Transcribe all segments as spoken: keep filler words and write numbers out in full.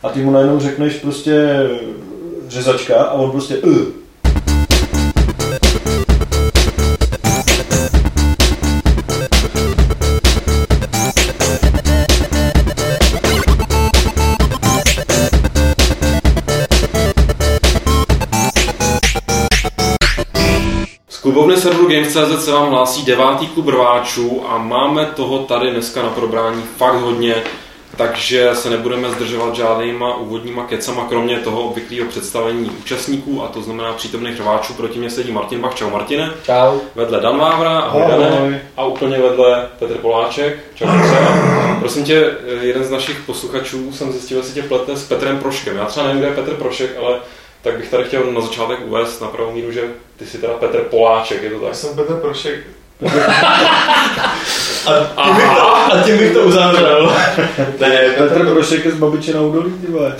a ty mu najednou řekneš prostě řezačka a on prostě uh. Klubovny serveru Games tečka cé zet se vám hlásí devátý klub rváčů a máme toho tady dneska na probrání fakt hodně, takže se nebudeme zdržovat žádnýma úvodníma kecama, kromě toho obvyklého představení účastníků, a to znamená přítomných rváčů. Proti mě sedí Martin Bach. Čau Martine. Čau. Vedle Dan Vávra, ahoj Dane. A úplně vedle Petr Poláček. Čau Petře. Prosím tě, jeden z našich posluchačů jsem zjistil, že si tě plete s Petrem Proškem. Já třeba nevím, kde je Petr Prošek, ale tak bych tady chtěl na začátek uvést na pravou míru, že ty jsi teda Petr Poláček, je to tak? Já jsem Petr Prošek. a, tím bych to, a tím bych to uzavřel. Ne, Petr Prošek je z Babičina Údolí, tyhle.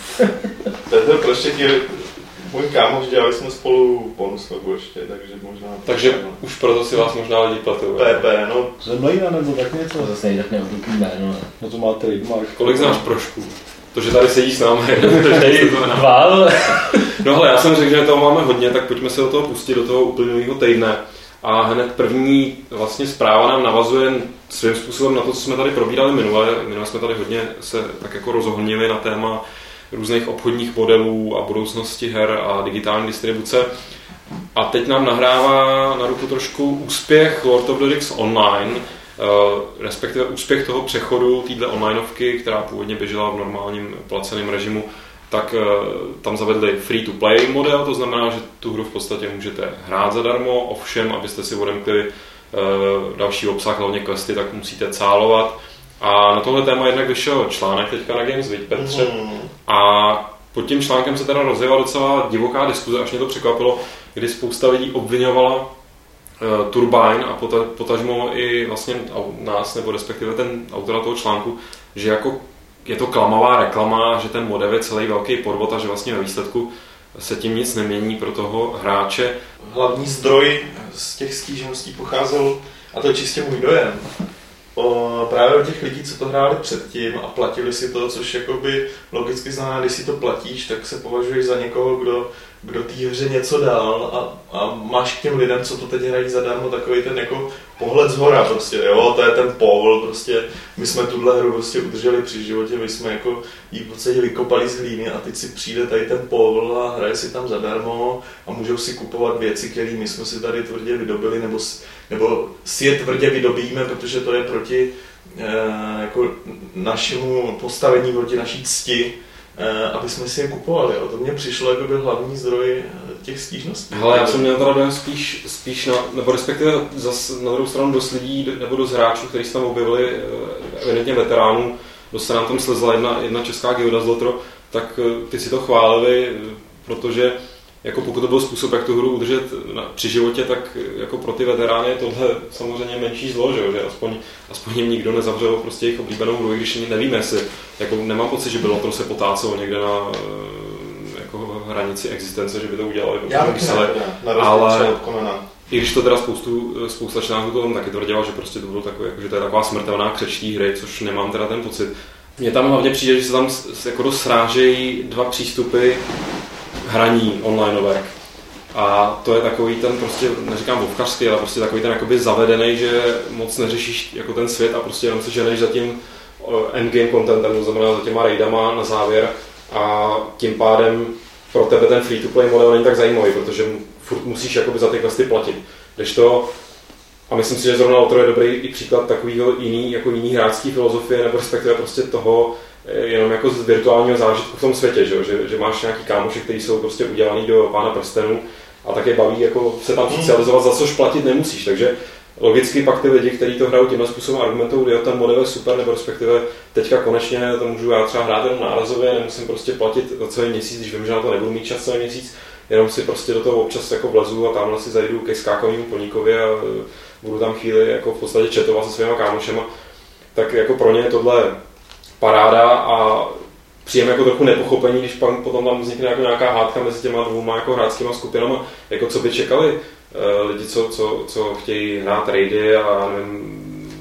Petr Prošek je můj kámoš, dělali jsme spolu Bonuslogu ještě, takže možná... Takže no. Už proto si vás možná lidi platou. P P, no. Zemlejna nebo tak něco? To zase nejde neobvyklý jméno, ne? No to má trademark. Kolik znáš Prošků? To, že tady sedí s námi, to Dva, No hele, já jsem řekl, že toho máme hodně, tak pojďme se do toho pustit, do toho uplynulého týdne. A hned první vlastně zpráva nám navazuje svým způsobem na to, co jsme tady probírali minule. Minule jsme tady hodně se tak jako rozohnili na téma různých obchodních modelů a budoucnosti her a digitální distribuce. A teď nám nahrává na ruku trošku úspěch Lord of the Rings Online, respektive úspěch toho přechodu téhle onlineovky, která původně běžela v normálním placeném režimu, tak tam zavedli free-to-play model, to znamená, že tu hru v podstatě můžete hrát zadarmo, ovšem, abyste si odemkli další obsah, hlavně questy, tak musíte cálovat. A na tohle téma jednak vyšel článek teďka na Games, viď Petře? Mm. A pod tím článkem se teda rozjela docela divoká diskuze, až mě to překvapilo, kdy spousta lidí obvinovala Turbine a potažmo i vlastně nás, nebo respektive ten autora toho článku, že jako je to klamavá reklama, že ten model je celý velký podvod a že vlastně ve výsledku se tím nic nemění pro toho hráče. Hlavní zdroj z těch stížností pocházel, a to je čistě můj dojem, o, právě od těch lidí, co to hráli předtím a platili si to, což jakoby logicky znamená, když si to platíš, tak se považuješ za někoho, kdo, kdo té hře něco dal a, a máš k těm lidem, co to teď hrají zadarmo, takový ten jako pohled zhora prostě, jo, to je ten povol, prostě my jsme tuhle hru prostě udrželi při životě, my jsme jako jí v podstatě vykopali z hlíny a teď si přijde tady ten povol a hraje si tam zadarmo a můžou si kupovat věci, které my jsme si tady tvrdě vydobili, nebo, nebo si je tvrdě vydobíme, protože to je proti eh, jako našemu postavení, proti naší cti, aby jsme si je kupovali. A to mně přišlo jako byl hlavní zdroj těch stížností. Hele, já jsem měl teda dojem spíš, spíš na, nebo respektive zas na druhou stranu dost lidí, nebo dost hráčů, kteří se tam objevili, evidentně veteránů, dost se nám tam slezla jedna, jedna česká Gilda z Lotro, tak ty si to chválili, protože jako pokud to byl způsob, jak tu hru udržet na, při životě, tak jako pro ty veterány je tohle samozřejmě menší zlo, že, že aspoň, aspoň jim nikdo nezavřel prostě jejich oblíbenou hru, i když nevíme, jestli, jako nemám pocit, že bylo to se potácelo někde na jako hranici existence, že by to udělali. Já bych ne, na ale od Konana. I když to teda spoustu, spousta článků to tam taky tvrdila, že prostě to bylo takové, jako, že to je taková smrtelná křeč té hry, což nemám teda ten pocit. Mně tam hlavně přijde, že se tam jako dost srážejí dva přístupy hraní onlineovek. A to je takový ten prostě, neříkám vovkařský, ale prostě takový ten jakoby zavedený, že moc neřešíš jako ten svět a prostě jenom se ženeš za tím endgame contentem, to znamená za těma raidama na závěr a tím pádem pro tebe ten free-to-play model není tak zajímavý, protože furt musíš jakoby za ty questy platit. Kdežto, a myslím si, že zrovna Lotro je dobrý i příklad takového jiný, jako jiný hráčský filozofie, nebo respektive prostě toho, jenom jako z virtuálního zážitku v tom světě, že, že, že máš nějaký kámoši, kteří jsou prostě udělaný do Pána prstenů a tak je baví jako se tam socializovat, za což platit nemusíš, takže logicky pak ty lidi, kteří to hrajou tímhle způsobem argumentují, že ten model je super, nebo respektive teďka konečně to můžu já třeba hrát jenom nárazově, nemusím prostě platit za celý měsíc, když vím, že na to nebudu mít čas celý měsíc, jenom si prostě do toho občas jako vlezu a tamhle si zajdu ke skákavému poníkovi a budu tam chvíli jako v podstatě chatovat se svýma kámošema, tak jako pro ně je tohle paráda a přijeme jako trochu nepochopení, když pak potom tam vznikne jako nějaká hádka mezi těma dvouma jako hráčskýma skupinama, jako co by čekali lidi, co, co, co chtějí hrát raidy a nevím,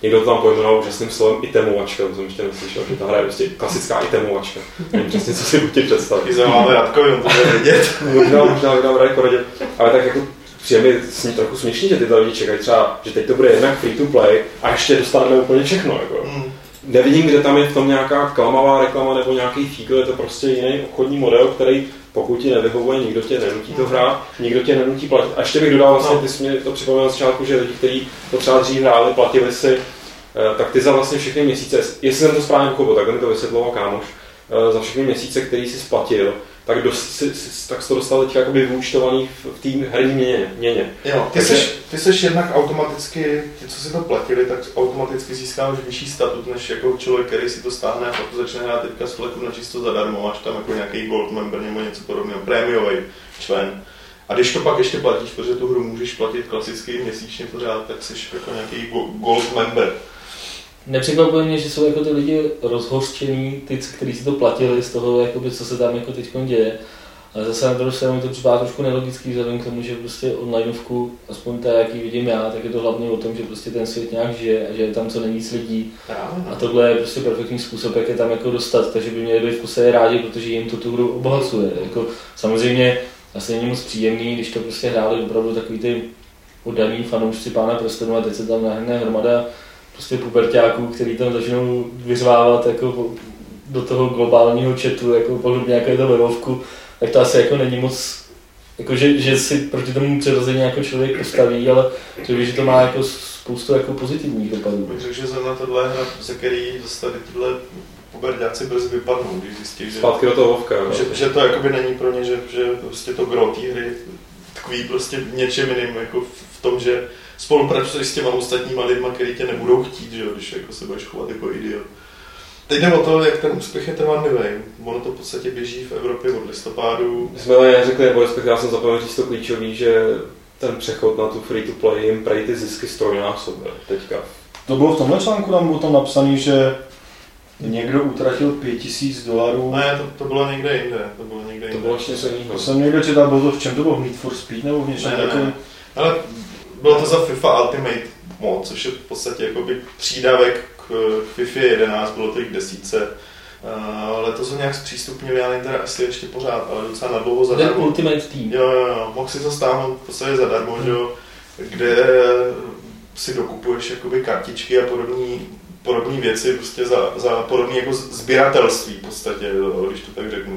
někdo to tam pojmenoval úžasným slovem itemovačka, to jsem ještě neslyšel, že ta hra je prostě klasická itemovačka. Nevím přesně, co si buď představit. I zajímavé Radkovi, on to bude vidět. Možná, možná vydám Radko radě, ale tak jako přijde s ní trochu směšný, že tyto lidi čekají třeba, že teď to bude jednak free to play a ještě dostaneme úplně všechno. Jako. Mm. Nevidím, kde tam je v tom nějaká klamavá reklama nebo nějaký fígl, je to prostě jiný obchodní model, který pokud ti nevyhovuje, nikdo tě nenutí to hrát, nikdo tě nenutí platit. A ještě bych dodal vlastně, ty jsi mi to připomněl na začátku, že lidi, kteří to třeba dřív hráli, platili si, tak ty za vlastně všechny měsíce, jestli jsem to správně pochopil, tak mi to vysvětloval kámoš, za všechny měsíce, který jsi splatil, tak, dost, si, tak jsi to dostal teď jakoby vyúčtovaný v té herní měně. měně. Jo, ty, Takže... seš, ty seš jednak automaticky, ty co si to platili, tak automaticky získáš vyšší statut než jako člověk, který si to stáhne a pak to začne hrát teďka z fleku na čisto zadarmo, máš tam jako nějaký gold member nebo něco podobného, prémiový člen. A když to pak ještě platíš, protože tu hru můžeš platit klasicky měsíčně pořád, tak jsi jako nějaký gold member. Nepřekvapuje mě, že jsou jako ty lidi rozhořčení, ty, kteří si to platili z toho, jakoby, co se tam jako teď děje. Ale zase na druhou stranu to připadá trošku nelogický vzhledem k tomu, že prostě onlineovku, aspoň ta, jaký vidím já, tak je to hlavně o tom, že prostě ten svět nějak žije a že je tam co nejvíc lidí. A tohle je prostě perfektní způsob, jak je tam jako dostat, takže by měli být v kuse rádi, protože jim to tu hru obohacuje. Jako, samozřejmě asi není moc příjemný, když to prostě hráli opravdu takový ty oddaný fanoušci Pána prstenů a teď se tam nahrne hromada prostě puberťáků, který tam začnou vyřvávat jako do toho globálního chatu, jako podobně jako je to ve Vovku, tak to asi jako není moc, jako že, že si proti tomu přirozeně jako člověk postaví, ale že to má jako spoustu jako pozitivních dopadů. Bych řekl, že zrovna tohle hra, ze který zase tady tyhle puberťáci brzy vypadnou, když zjistí, že, zpátky do toho Vovka, že, že to jakoby není pro ně, že, že prostě to gro té hry tkví prostě v něčem jiným, jako v tom, že spolupracuješ s těma ostatníma lidma, který tě nebudou chtít, že jo, když jako se budeš chovat jako idiot. Teď jde o to, jak ten úspěch je trvanlivý. Ono to v podstatě běží v Evropě od listopádu. My jsme ale řekli, nebo respektive já jsem zapomněl říct to klíčový, že ten přechod na tu free to play jim prej ty zisky strojnásobil teďka. To bylo v tomhle článku, tam bylo tam napsaný, že někdo utratil pět tisíc dolarů. Ne, to, to bylo někde jinde. To bylo někde jinde. To bylo ještě něco jiného. To jsem někde četl, bylo to v čem to bylo? V Need for Speed nebo v něčem takovém? Ale bylo to za FIFA Ultimate mod, což je v podstatě jakoby přídavek k, k FIFA jedenáct, bylo to i k desítce. Uh, letos ho nějak zpřístupnili, já nevím teda asi ještě pořád, ale docela nadlouho zadarmo. Ten Ultimate Team. Jo, jo, jo, mohl si to stáhnout v podstatě zadarmo, hmm. jo, kde si dokupuješ jakoby kartičky a podobné podobné věci prostě za, za podobné jako sběratelství v podstatě, jo, když to tak řeknu.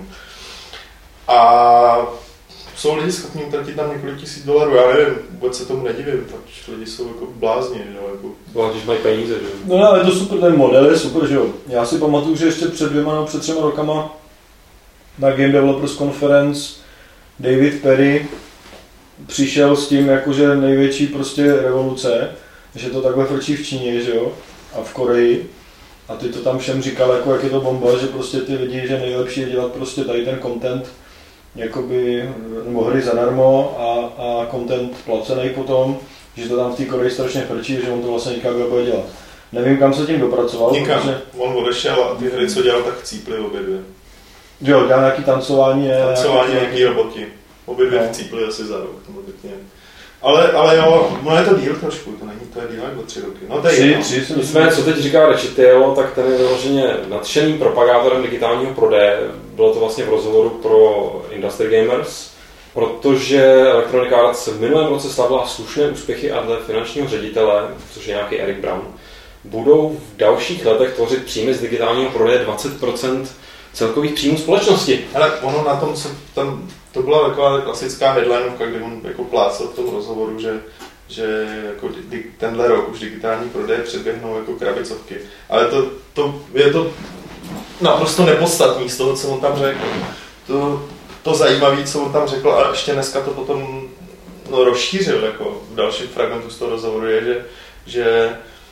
A jsou lidi schopní utratit tam několik tisíc dolarů, já nevím, vůbec se tomu nedivím, protože lidi jsou jako blázni, že jo, jako... Byla, když mají peníze, že jo. No ale je to super, ten model je super, že jo. Já si pamatuju, že ještě před dvěma nebo před třema rokama na Game Developers Conference David Perry přišel s tím, jakože největší prostě revoluce, že to takhle frčí v Číně, že jo, a v Koreji. A ty to tam všem říkal, jako jak je to bomba, že prostě ty lidi, že nejlepší je dělat prostě tady ten content, jakoby, nebo hry zadarmo a, a content placený potom, že to tam v té Koreji strašně frčí, že on to vlastně nikam bude dělat. Nevím, kam se tím dopracoval. Nikam, protože... on odešel a ty hry, co dělal, tak chcípli obě dvě. Jo, dělal nějaký tancování. Tancování, nějaký, nějaký roboti. Obě dvě no. Chcípli asi za rok. Ale, ale jo, no je to díl trošku, to není, to je díl jako tři roky. No to je tři, jedno. tři, Nicméně, co teď říká Rečetil, tak ten je vyloženě nadšeným propagátorem digitálního prodeje. Bylo to vlastně v rozhovoru pro Industry Gamers, protože Electronic Arts v minulém roce slavila slušné úspěchy a dle finančního ředitele, což je nějaký Eric Brown, budou v dalších letech tvořit příjmy z digitálního prodeje dvacet procent celkových příjmů společnosti. Ale ono na tom, co tam, to byla taková klasická headlineovka, kdy on jako plácel v tom rozhovoru, že, že jako di, tenhle rok už digitální prodeje předběhnou jako krabicovky. Ale to, to je to naprosto nepodstatný z toho, co on tam řekl. To, to zajímavé, co on tam řekl, a ještě dneska to potom no, rozšířil jako v dalším fragmentu z toho rozhovoru, je, že, že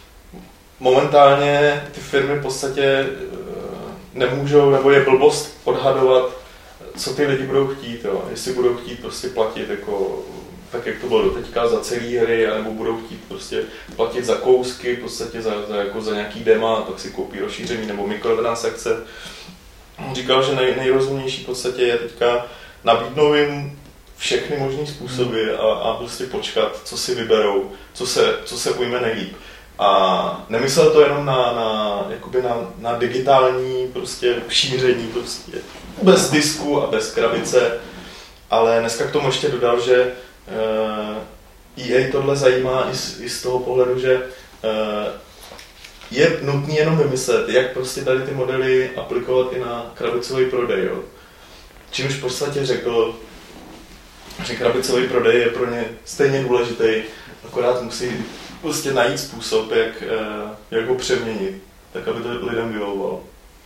momentálně ty firmy v podstatě nemůžou, nebo je blbost odhadovat, co ty lidi budou chtít, jo. Jestli budou chtít prostě platit jako, tak jak to bylo doteďka, za celý hry, anebo budou chtít prostě platit za kousky, v podstatě za, za, jako za nějaký dema, tak si koupí rozšíření nebo mikrotransakce. On říkal, že nej, nejrozumnější v podstatě je teďka nabídnout jim všechny možný způsoby a, a prostě počkat, co si vyberou, co se, co se ujme nejlíp. A nemyslel to jenom na, na, jakoby na, na digitální prostě šíření prostě bez disku a bez krabice, ale dneska k tomu ještě dodal, že E A tohle zajímá i z, i z toho pohledu, že je nutný jenom vymyslet, jak prostě tady ty modely aplikovat i na krabicový prodej. Jo. Čímž v podstatě řekl, že krabicový prodej je pro ně stejně důležitý, akorát musí prostě najít způsob, jak, jak ho přeměnit, tak aby to lidem vyhovovalo.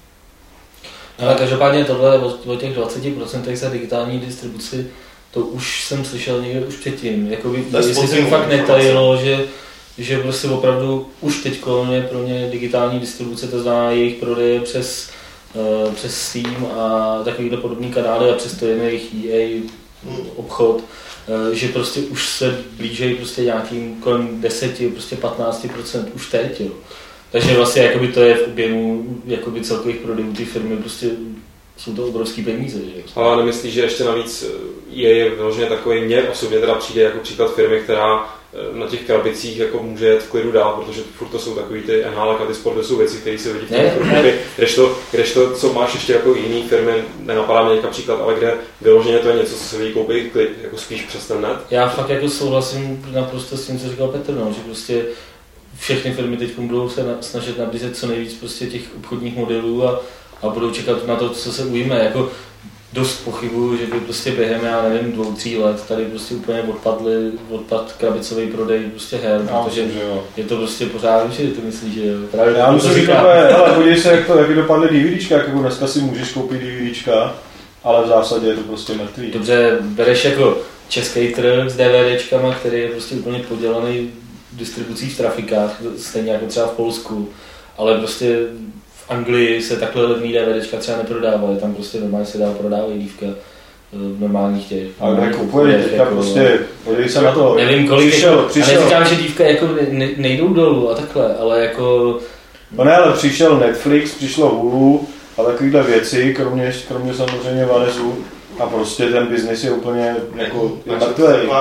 Ale každopádně tohle o, o těch dvacet procent za digitální distribuci, to už jsem slyšel někde už předtím. Jakoby, jestli jsem fakt netajilo, že, že prostě opravdu už teď je pro ně digitální distribuce, to znamená jejich prodeje přes, uh, přes Steam a takovýhle podobný kanály a přes to jen jejich E A obchod, uh, že prostě už se blížejí prostě nějakým kolem deset, prostě patnáct procent už teď. Jo. Takže vlastně jakoby to je v objemu jakoby celkových prodejů ty firmy, prostě jsou to obrovský peníze. Že? Ale nemyslíš, že ještě navíc je, je vyloženě takový, mně osobně teda přijde jako příklad firmy, která na těch krabicích jako může jet v klidu dál, protože furt to jsou takový ty N H L a ty sporty jsou věci, které si lidi v tom furt kdežto, kdežto, co máš ještě jako jiný firmy, nenapadá mě nějaký příklad, ale kde vyloženě to je něco, co se lidi koupí klid, jako spíš přes ten net. Já fakt jako souhlasím naprosto s tím, co říkal Petr, no, že prostě všechny firmy teď budou se snažit nabízet co nejvíc prostě těch obchodních modelů a, a budou čekat na to, co se ujme. Jako dost pochybuju, že by prostě během, já nevím, dvou, tří let tady prostě úplně odpadly, odpad krabicový prodej prostě her, já protože myslím, je to prostě pořád, že ty myslíš, že jo. Právě já musím říct, ale podívej se, jak to, jak dopadly DVDčka, jako dneska si můžeš koupit DVDčka, ale v zásadě je to prostě mrtvý. Dobře, bereš jako český trh s DVDčkama, který je prostě úplně podělaný distribucí v trafikách, stejně jako třeba v Polsku, ale prostě v Anglii se takhle levný DVDčka třeba neprodávají, tam prostě normálně se dá prodávat dívka v normálních těch. Ale jako úplně teďka jako, prostě, podívej se na to. Nevím kolik, přišel, jako, přišel. A neříkám, že dívka jako ne, nejdou dolů a takhle, ale jako... No ne, ale přišel Netflix, přišlo Hulu a takovýhle věci, kromě, kromě samozřejmě Vanezu a prostě ten biznis je úplně jako mrtvej.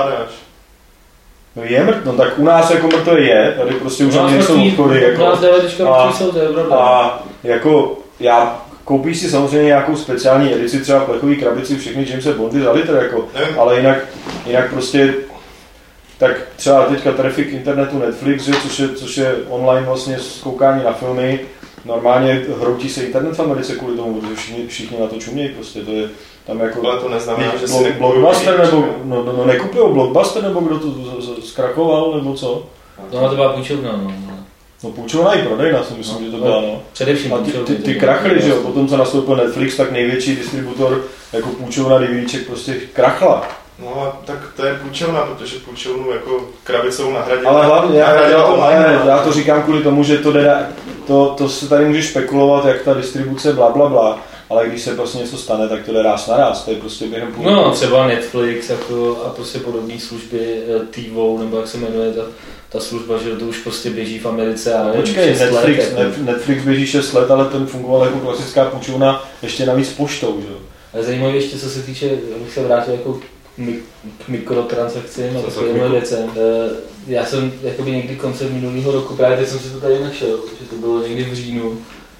No je mrt, no tak u nás jako mrtvé je, tady prostě už ani nejsou obchody, jako, a, jsou, to je a jako já koupíš si samozřejmě nějakou speciální edici, třeba plechový krabici, všechny Jamese Bondy za litr, jako, ale jinak, jinak prostě, tak třeba teďka traffic internetu Netflix, že, což, je, což je online vlastně koukání na filmy, normálně hroutí se internet v Americe kvůli tomu, protože všichni, všichni na to čumějí, prostě to je tam jako... Ale to neznamená, že si Blockbuster nebo, no, no, no nekupujou Blockbuster, nebo kdo to zkrachoval, nebo co? No to byla půjčovna, no. No půjčovna i prodejna, si myslím, že to byla, no. Především a ty, ty, ty krachly, že jo, potom co nastoupil Netflix, tak největší distributor jako půjčovna DVDček prostě krachla. No tak to je půjčovna, protože půjčovnu jako krabicou nahradila. Ale hlavně, já, já, to, já, já to říkám kvůli tomu, že to, jde, to, to se tady může spekulovat, jak ta distribuce bla bla bla, ale když se prostě něco stane, tak to jde ráz na ráz, to je prostě během půl. No třeba Netflix jako, a prostě podobné služby, T V O, nebo jak se jmenuje ta, ta služba, že to už prostě běží v Americe a nevím, Počkej, Netflix, let, jako. Netflix běží šest let, ale ten fungoval jako klasická půjčovna, ještě navíc poštou, že jo. Ale zajímavé ještě, co se týče, abych se vrátil jako k mikrotransakcím a takovým věcem. Já jsem jakoby někdy koncem minulého roku, právě teď jsem si to tady našel, že to bylo někdy v říjnu,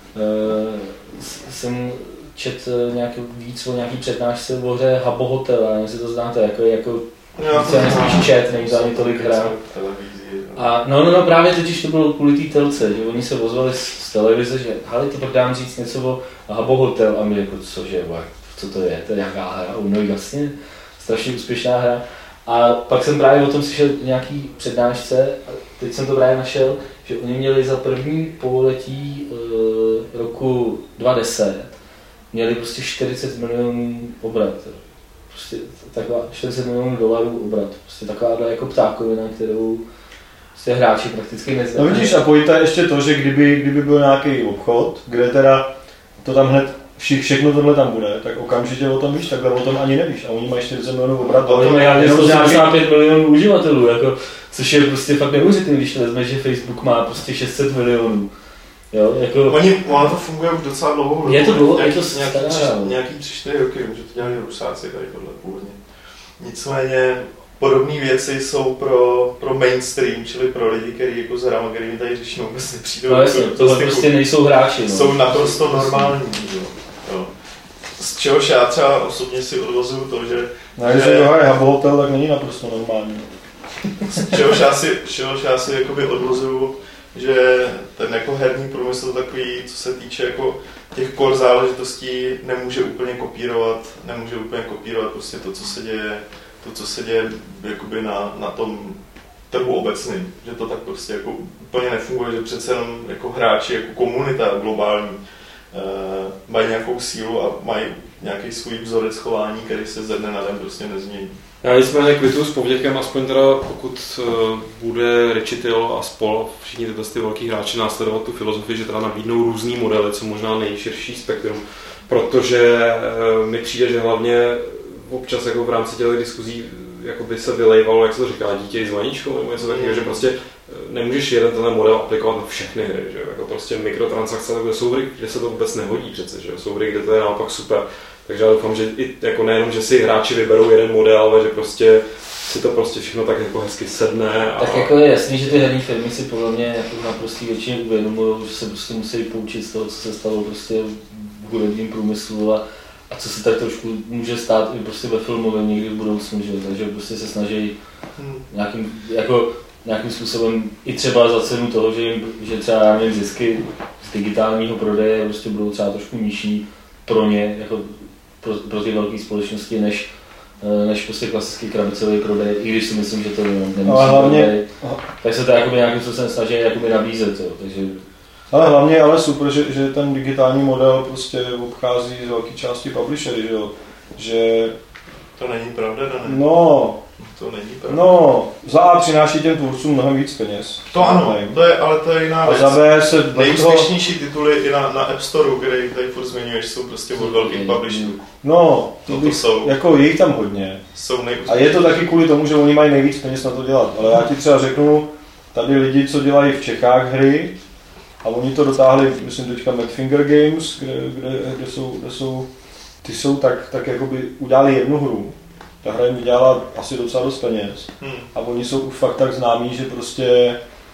jsem četl nějaký víc o nějaký přednášce o hře Habbo Hotel, nevím, jestli to znáte, jako, jako více než spíš čet, není to ani tolik hra. A no, no, no, právě totiž to bylo kvůli té telce, že oni se ozvali z, z televize, že hele, to pak dám říct něco o Habbo Hotel a my jako, cože, co to je, to je nějaká hra, no jasně, strašně úspěšná hra. A pak jsem právě o tom slyšel nějaký přednášce, a teď jsem to právě našel, že oni měli za první pololetí e, roku dva tisíce deset, měli prostě čtyřicet milionů obrat. Prostě taková čtyřicet milionů dolarů obrat. Prostě taková jako ptákovina, kterou prostě hráči prakticky neznají. No vidíš, a pojďte ještě to, že kdyby, kdyby byl nějaký obchod, kde teda to tam hned Vše, všechno tohle tam bude, tak okamžitě o tom víš, takhle o tom ani nevíš. A oni mají čtyřicet milionů obrat. Ale oni mají sto sedmdesát pět milionů uživatelů, jako, což je prostě fakt neuvěřitelné, když vezmeš, že Facebook má prostě šest set milionů. Jo, jako... Oni, ono to funguje už docela dlouhou dobu. Je to dlouho, nějaký, je to nějaký, tři, nějaký tři čtyři roky, že to dělali Rusáci tady tohle původně. Nicméně podobné věci jsou pro, pro mainstream, čili pro lidi, kteří jako s hrama, který mi tady řešíme, vůbec nepřijdou. No jasně, tohle prostě, prostě nejsou hráči. No. Jsou naprosto normální. Jo. Jo. Z čehož já třeba osobně si odvozuju to, že... No, když se dohraje Habbo Hotel, tak není naprosto normální. Z čehož já si, čehož já si jakoby odvozuju, že ten jako herní průmysl takový, co se týče jako těch core záležitostí, nemůže úplně kopírovat, nemůže úplně kopírovat prostě to, co se děje, to, co se děje jakoby na, na tom trhu obecným, že to tak prostě jako úplně nefunguje, že přece jenom jako hráči, jako komunita globální eh, mají nějakou sílu a mají nějaký svůj vzorec chování, který se ze dne na den prostě nezmění. Já nicméně kvituju s povděkem, aspoň teda pokud uh, bude Rečitil a spol, všichni tyto ty velký hráči následovat tu filozofii, že teda nabídnou různý modely, co možná nejširší spektrum, protože uh, mi přijde, že hlavně občas jako v rámci těch diskuzí jakoby se vylejvalo, jak se to říká, dítě s vaničkou nebo něco takového, že prostě nemůžeš jeden tenhle model aplikovat na všechny hry, že jako prostě mikrotransakce, takové jsou hry, kde se to vůbec nehodí přece, že jsou hry, kde to je naopak super. Takže já doufám, že i jako nejenom, že si hráči vyberou jeden model, ale že prostě si to prostě všechno tak jako hezky sedne. A... Tak jako je jasný, že ty herní firmy si podle mě jako naprostý většině uvědomují, že se prostě musí poučit z toho, co se stalo prostě v hudebním průmyslu a, a co se tak trošku může stát i prostě ve filmovém někdy v budoucnu, že? Takže prostě se snaží nějakým, jako, nějakým způsobem i třeba za cenu toho, že, jim, že třeba já nevím, zisky z digitálního prodeje prostě budou třeba trošku nižší pro ně, jako pro, pro ty velké společnosti, než, než prostě klasický krabicový prodej, i když si myslím, že to nemusí hlavně, prodej, tak se to jakoby nějakým způsobem snaží jakoby nabízet, jo, takže... Ale hlavně je ale super, že, že ten digitální model prostě obchází z velké části publishery, že jo, že... To není pravda, ne? No, to není pravda. No, za A přináší těm tvůrcům mnohem víc peněz. To ano, to je, ale to je jiná a věc. za B se... Nejúspěšnější tituly i na, na App Store, který tady furt zmiňuješ, jsou prostě od velkých publisherů. No, to, to, bych, to jsou. Jako je jich tam hodně. Jsou a je to taky kvůli tomu, že oni mají nejvíc peněz na to dělat. Ale já ti třeba řeknu, tady lidi, co dělají v Čechách hry, a oni to dotáhli, myslím teďka Madfinger Games, kde, kde, kde, jsou, kde jsou, ty jsou tak, tak jakoby udělali jednu hru. Ta hra jim vydělala asi docela dost peněz. Hmm. A oni jsou už fakt tak známí, že prostě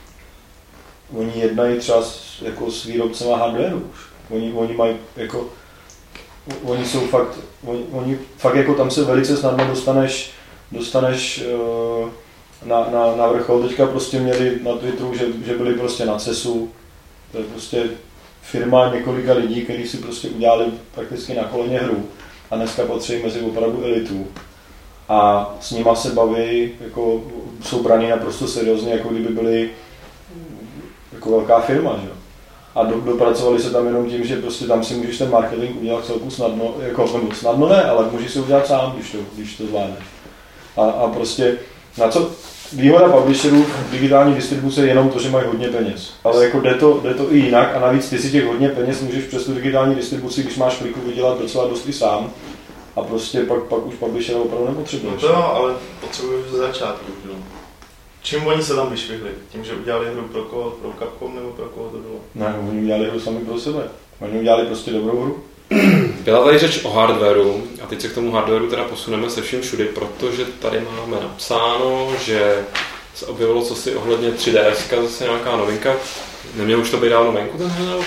oni jednají třeba s, jako s výrobcema hardwareu už. Oni, oni mají jako, oni jsou fakt, oni, oni fakt jako tam se velice snadno dostaneš, dostaneš uh, na, na, na vrchol. Teďka prostě měli na Twitteru, že, že byli prostě na CESu. To je prostě firma několika lidí, kteří si prostě udělali prakticky na koleně hru. A dneska patří mezi opravdu elitu. A s nima se baví, jako jsou braní naprosto seriózně, jako kdyby byli jako velká firma, že? A do, dopracovali se tam jenom tím, že prostě tam si můžeš ten marketing udělat celku snadno, jako nebo snadno ne, ale můžeš si udělat sám, když to, když to zvládneš. A, a prostě na co výhoda publisherů v digitální distribuci je jenom to, že mají hodně peněz. Ale jako jde to, jde to i jinak a navíc ty si těch hodně peněz můžeš přes tu digitální distribuci, když máš kliku, vydělat docela dost i sám. A prostě pak, pak už publishera opravdu nepotřebuješ. No to, ale potřebuješ ze začátku. Jo. Čím oni se tam vyšvihli? Tím, že udělali hru pro koho? Pro Capcom nebo pro koho to bylo? Ne, oni udělali hru sami pro sebe. Oni udělali prostě dobrou hru. Byla tady řeč o hardwareu a teď se k tomu hardwareu teda posuneme se všem všudy, protože tady máme napsáno, že se objevilo cosi ohledně tři D S, zase nějaká novinka. Neměl už to být dávno venku ten hrdou?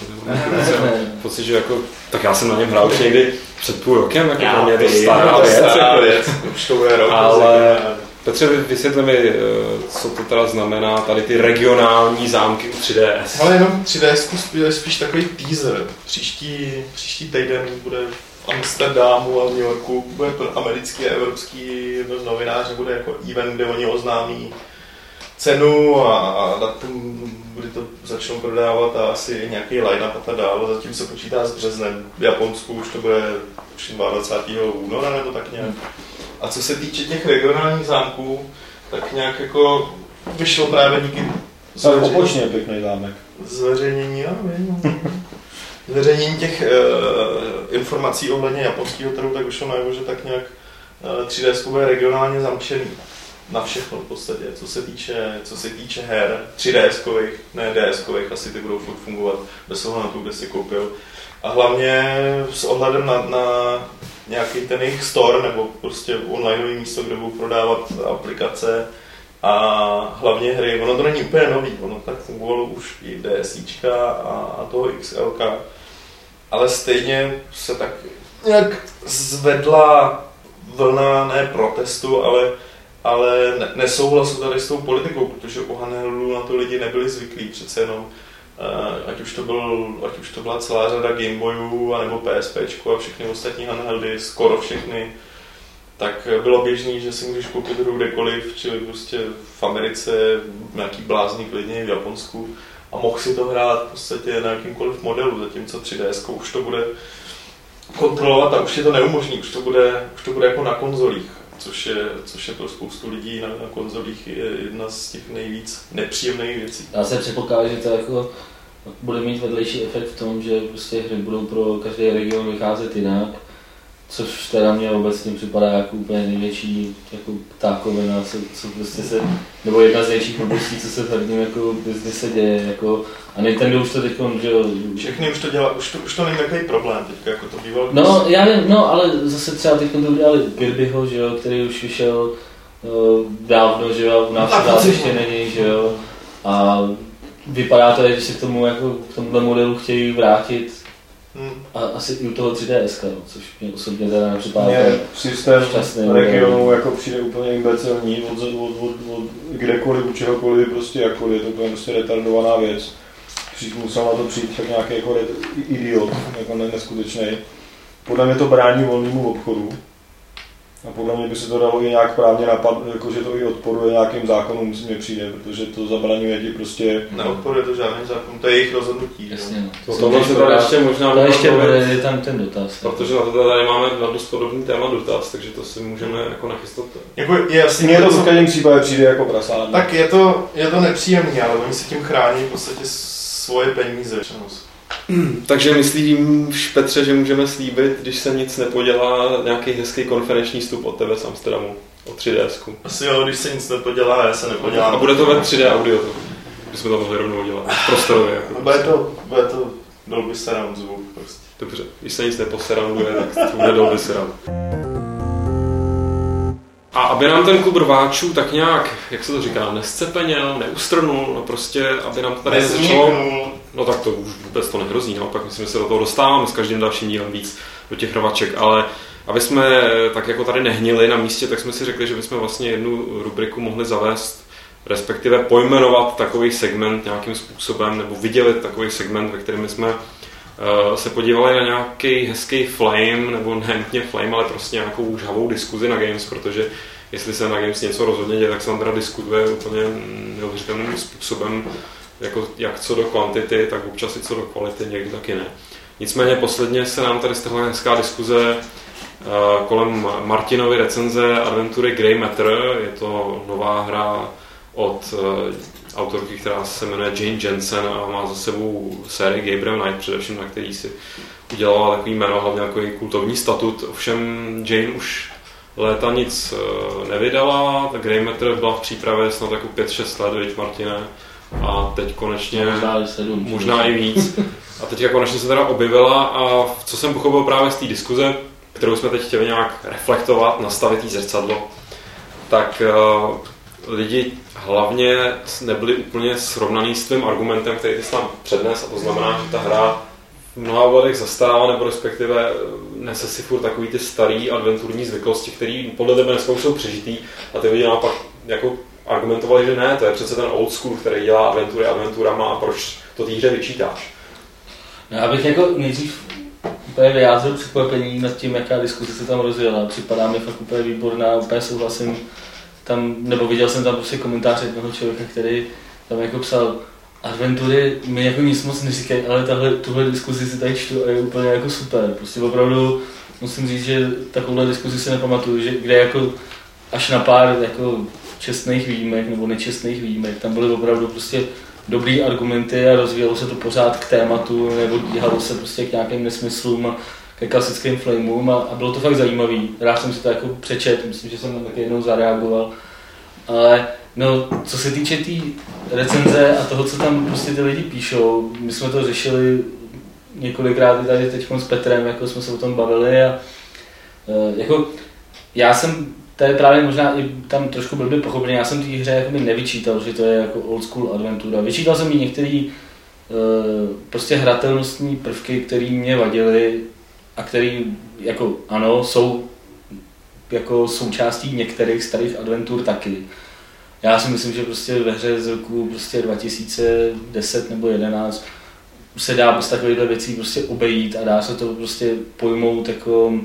Pocit, že jako, tak já jsem na něm hrál už někdy před půl rokem, jako pro mě je to stará věc. Stará věc. Už to bude rok. Ale Petře, vysvětli mi, co to teda znamená tady ty regionální zámky u tři D S. Ale jenom tři D S je spíš takový teaser. Příští, příští týden bude v Amsterdamu a v New Yorku, bude to americký a evropský novinář, bude jako event, kde oni oznámí cenu a, a datum, kdy to začnou prodávat a asi nějaký line-up a tak dále. Zatím se počítá s březnem. V Japonsku už to bude dvacátého druhého února nebo tak nějak. A co se týče těch regionálních zámků, tak nějak jako vyšlo právě díky zveřejnění, opočně pěkný zámek. Zveřejnění, já nevím. Zveřejnění těch uh, informací ohledně japonského trhu, tak vyšlo najevo, že tak nějak uh, tři D S bude regionálně zamčený. Na všechno v podstatě, co se týče, co se týče her, tři D S kových, ne D S kových, asi ty budou furt fungovat bez ohledu na to, kde si koupil. A hlavně s ohledem na, na nějaký ten jejich store nebo prostě onlineový místo, kde budou prodávat aplikace a hlavně hry. Ono to není úplně nový, ono tak fungovalo už i DSička a, a toho X L K, ale stejně se tak nějak zvedla vlna, ne protestu, ale, ale ne, nesouhlasu tady s tou politikou, protože u handheldu na to lidi nebyli zvyklí přece jenom. Ať už, to byl, ať už to byla celá řada Gameboyů, anebo PSPčku a všechny ostatní handheldy, skoro všechny, tak bylo běžný, že si můžeš koupit hru kdekoliv, čili prostě v Americe, nějaký blázný klidně v Japonsku a mohl si to hrát v podstatě na jakýmkoliv modelu, zatímco tři D S už to bude kontrolovat a už je to neumožní, už to bude, už to bude jako na konzolích, což je, což je pro spoustu lidí na, na konzolích je jedna z těch nejvíc nepříjemných věcí. Já se předpokládám, že to jako bude mít vedlejší efekt v tom, že prostě hry budou pro každý region vycházet jinak, což teda mě obecně připadá jako úplně největší jako ptákovina, co, co prostě se, nebo jedna z největších blbostí, co se v herním jako biznise děje, jako, a Nintendo už to teď, že jo... Všechny už to dělá, už to, už to není takový problém teďka, jako to bývalo. No, já vím, no, ale zase třeba teď to udělali Kirbyho, že jo, který už vyšel uh, dávno, že jo, u nás no, to ještě není, že jo, a vypadá to, že se k tomu, jako k tomuhle modelu chtějí vrátit. Hmm. A asi i u toho tři D S, což mě osobně teda nepřipadá. Mně systém regionu jako přijde úplně imbecilní, od, od, od, od kdekoliv, u čehokoliv, prostě jakkoliv, je to úplně prostě retardovaná věc. Musel na to přijít tak nějaký jako idiot, jako neskutečný. Podle mě to brání volnému obchodu. A podle mě by se to dalo i nějak právně napadnout, jakože to i odporuje nějakým zákonům, mi přijde, protože to zabraňuje ti prostě... Neodporuje to žádný zákon, to je jejich rozhodnutí. Jasně. To tohle se tady ještě možná... To ještě bude tam ten dotaz. Protože na to tady máme na dost podobný téma dotaz, takže to si můžeme jako nachystat. Jako je jasný, mně to v každém případě přijde jako prasát. Tak je to, je to nepříjemný, ale oni si tím chrání v podstatě svoje peníze. Takže myslím, Petře, že můžeme slíbit, když se nic nepodělá, nějaký hezký konferenční vstup od tebe z Amsterdamu, o tři D S ku. Asi jo, když se nic nepodělá, já se nepodělám. A bude to ve tři D audio, to, bychom to mohli rovnou dělat, prostorově. Jako. Bude to, bude to Dolby Surround zvuk prostě. Dobře, když se nic neposurrounduje, tak to bude Dolby Surround. A aby nám ten klub rváčů tak nějak, jak se to říká, nescepenil, neustrnul, no prostě, aby nám to tady začalo... No tak to už vůbec to nehrozí, naopak myslím, že se do toho dostáváme s každým dalším dílem víc do těch rvaček, ale aby jsme tak jako tady nehnili na místě, tak jsme si řekli, že bychom vlastně jednu rubriku mohli zavést, respektive pojmenovat takový segment nějakým způsobem, nebo vydělit takový segment, ve kterém jsme uh, se podívali na nějaký hezký flame, nebo ne nutně flame, ale prostě nějakou žhavou diskuzi na Games, protože jestli se na Games něco rozhodně děje, tak se tam teda diskutuje úplně neuvěřitelným způsobem, jako jak co do kvantity, tak občas i co do kvality, někdy taky ne. Nicméně posledně se nám tady strhla hezká diskuze uh, kolem Martinovy recenze adventury Grey Matter. Je to nová hra od uh, autorky, která se jmenuje Jane Jensen a má za sebou sérii Gabriel Knight, především na který si udělala takový jméno, hlavně takový kultovní statut. Ovšem Jane už léta nic uh, nevydala, ta Grey Matter byla v přípravě snad jako pět šest let, viď Martine? A teď konečně, možná, sedm, možná i víc, a teď konečně se teda objevila a co jsem pochopil právě z té diskuze, kterou jsme teď chtěli nějak reflektovat, nastavit jí zrcadlo, tak uh, lidi hlavně nebyli úplně srovnaný s tvým argumentem, který ty jsi tam přednes, a to znamená, že ta hra v mnoha ohledech zastává, nebo respektive nese si furt takový ty starý adventurní zvyklosti, které podle tebe dneska jsou přežitý a ty lidi naopak jako argumentovali, že ne, to je přece ten old school, který dělá adventury adventurama a proč to té hře vyčítáš? Já bych jako nejdřív úplně vyjádřil překvapení nad tím, jaká diskuse se tam rozjela. Připadá mi fakt úplně výborná, úplně souhlasím tam, nebo viděl jsem tam prostě komentář jednoho člověka, který tam jako psal adventury mi jako nic moc neříkají, ale tahle, tuhle diskuzi si tady čtu a je úplně jako super. Prostě opravdu musím říct, že takovouhle diskuzi si nepamatuju, že kde jako až na pár jako čestných výjimek nebo nečestných výjimek, tam byly opravdu prostě dobrý argumenty a rozvíjelo se to pořád k tématu nebo dělalo se prostě k nějakým nesmyslům a ke klasickým flameům a, a bylo to fakt zajímavý. Rád jsem si to jako přečet, myslím, že jsem tam taky jednou zareagoval. Ale no, co se týče té tý recenze a toho, co tam prostě ty lidi píšou, my jsme to řešili několikrát i tady teď s Petrem, jako jsme se o tom bavili a jako, já jsem, to je právě možná i tam trošku blbě pochopený, já jsem té hře jakoby nevyčítal, že to je jako old school adventura. Vyčítal jsem jí některé prostě hratelnostní prvky, které mě vadily a které jako ano, jsou jako součástí některých starých adventur taky. Já si myslím, že prostě ve hře z roku prostě dva tisíce deset nebo jedenáct se dá bez takovýchhle věcí prostě obejít a dá se to prostě pojmout jako uh,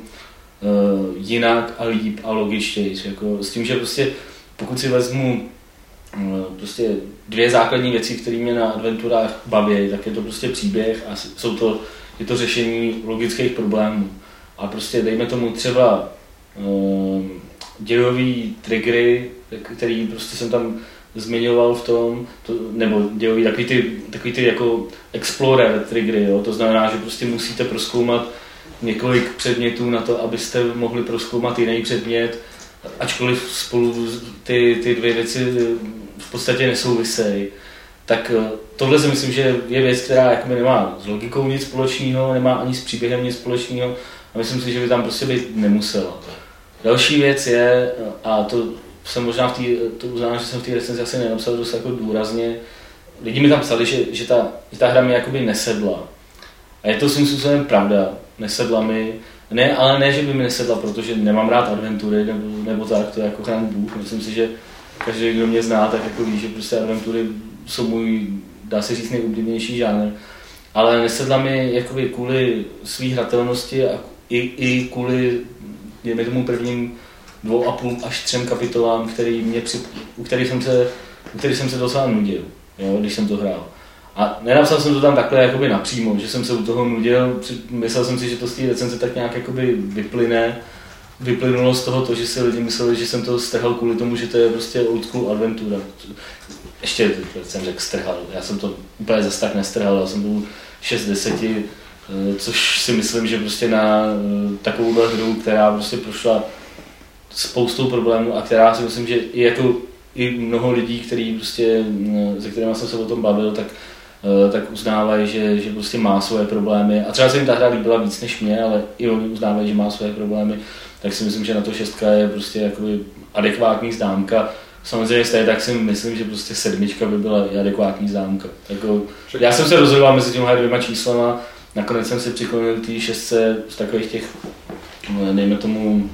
jinak a líp a logičtěji. Jako s tím, že prostě pokud si vezmu uh, prostě dvě základní věci, které mě na adventurách baví, tak je to prostě příběh a jsou to, je to řešení logických problémů. A prostě dejme tomu třeba uh, dějový triggery, který prostě jsem tam zmiňoval v tom, to, nebo dějový takový ty, takový ty jako explorer triggery, jo? To znamená, že prostě musíte prozkoumat několik předmětů na to, abyste mohli prozkoumat jiný předmět, ačkoliv spolu ty, ty dvě věci v podstatě nesouvisejí. Tak tohle si myslím, že je věc, která jako nemá s logikou nic společného, nemá ani s příběhem nic společného a myslím si, že by tam prostě být nemusela. Další věc je, a to jsem možná v té, to uznám, že jsem v té recenzi asi nenapsal dost jako důrazně, lidi mi tam psali, že, že, ta, že ta hra mi jakoby nesedla. A je to svým způsobem pravda, nesedla mi, ne, ale ne, že by mi nesedla, protože nemám rád adventury nebo, nebo tak, to je jako chrán Bůh. Myslím si, že každý, kdo mě zná, tak jako ví, že prostě adventury jsou můj, dá se říct, nejoblíbenější žánr. Ale nesedla mi jakoby kvůli svý hratelnosti a i, i kvůli dejme tomu prvním dvou a půl až třem kapitolám, který mě při, u kterých jsem se, u kterých jsem se docela nudil, jo, když jsem to hrál. A nenapsal jsem to tam takhle jakoby napřímo, že jsem se u toho nudil, myslel jsem si, že to z té recenze tak nějak jakoby vyplyne. Vyplynulo z toho to, že si lidi mysleli, že jsem to strhal kvůli tomu, že to je prostě old school adventura. Ještě jsem řekl strhal, já jsem to úplně zase tak nestrhal, já jsem byl šest z deseti, což si myslím, že prostě na takovouhle hru, která prostě prošla spoustou problémů a která si myslím, že i jako i mnoho lidí, který prostě, se kterými jsem se o tom bavil, tak, tak uznávají, že, že prostě má svoje problémy. A třeba se jim ta hra líbila víc než mě, ale i oni uznávají, že má svoje problémy, tak si myslím, že na to šestka je prostě jakoby adekvátní známka. Samozřejmě stejně tak si myslím, že prostě sedmička by byla i adekvátní známka. Jako, já jsem se rozhodoval mezi těmi dvěma číslama, nakonec jsem si přiklonil tý šestce z takových těch, dejme tomu,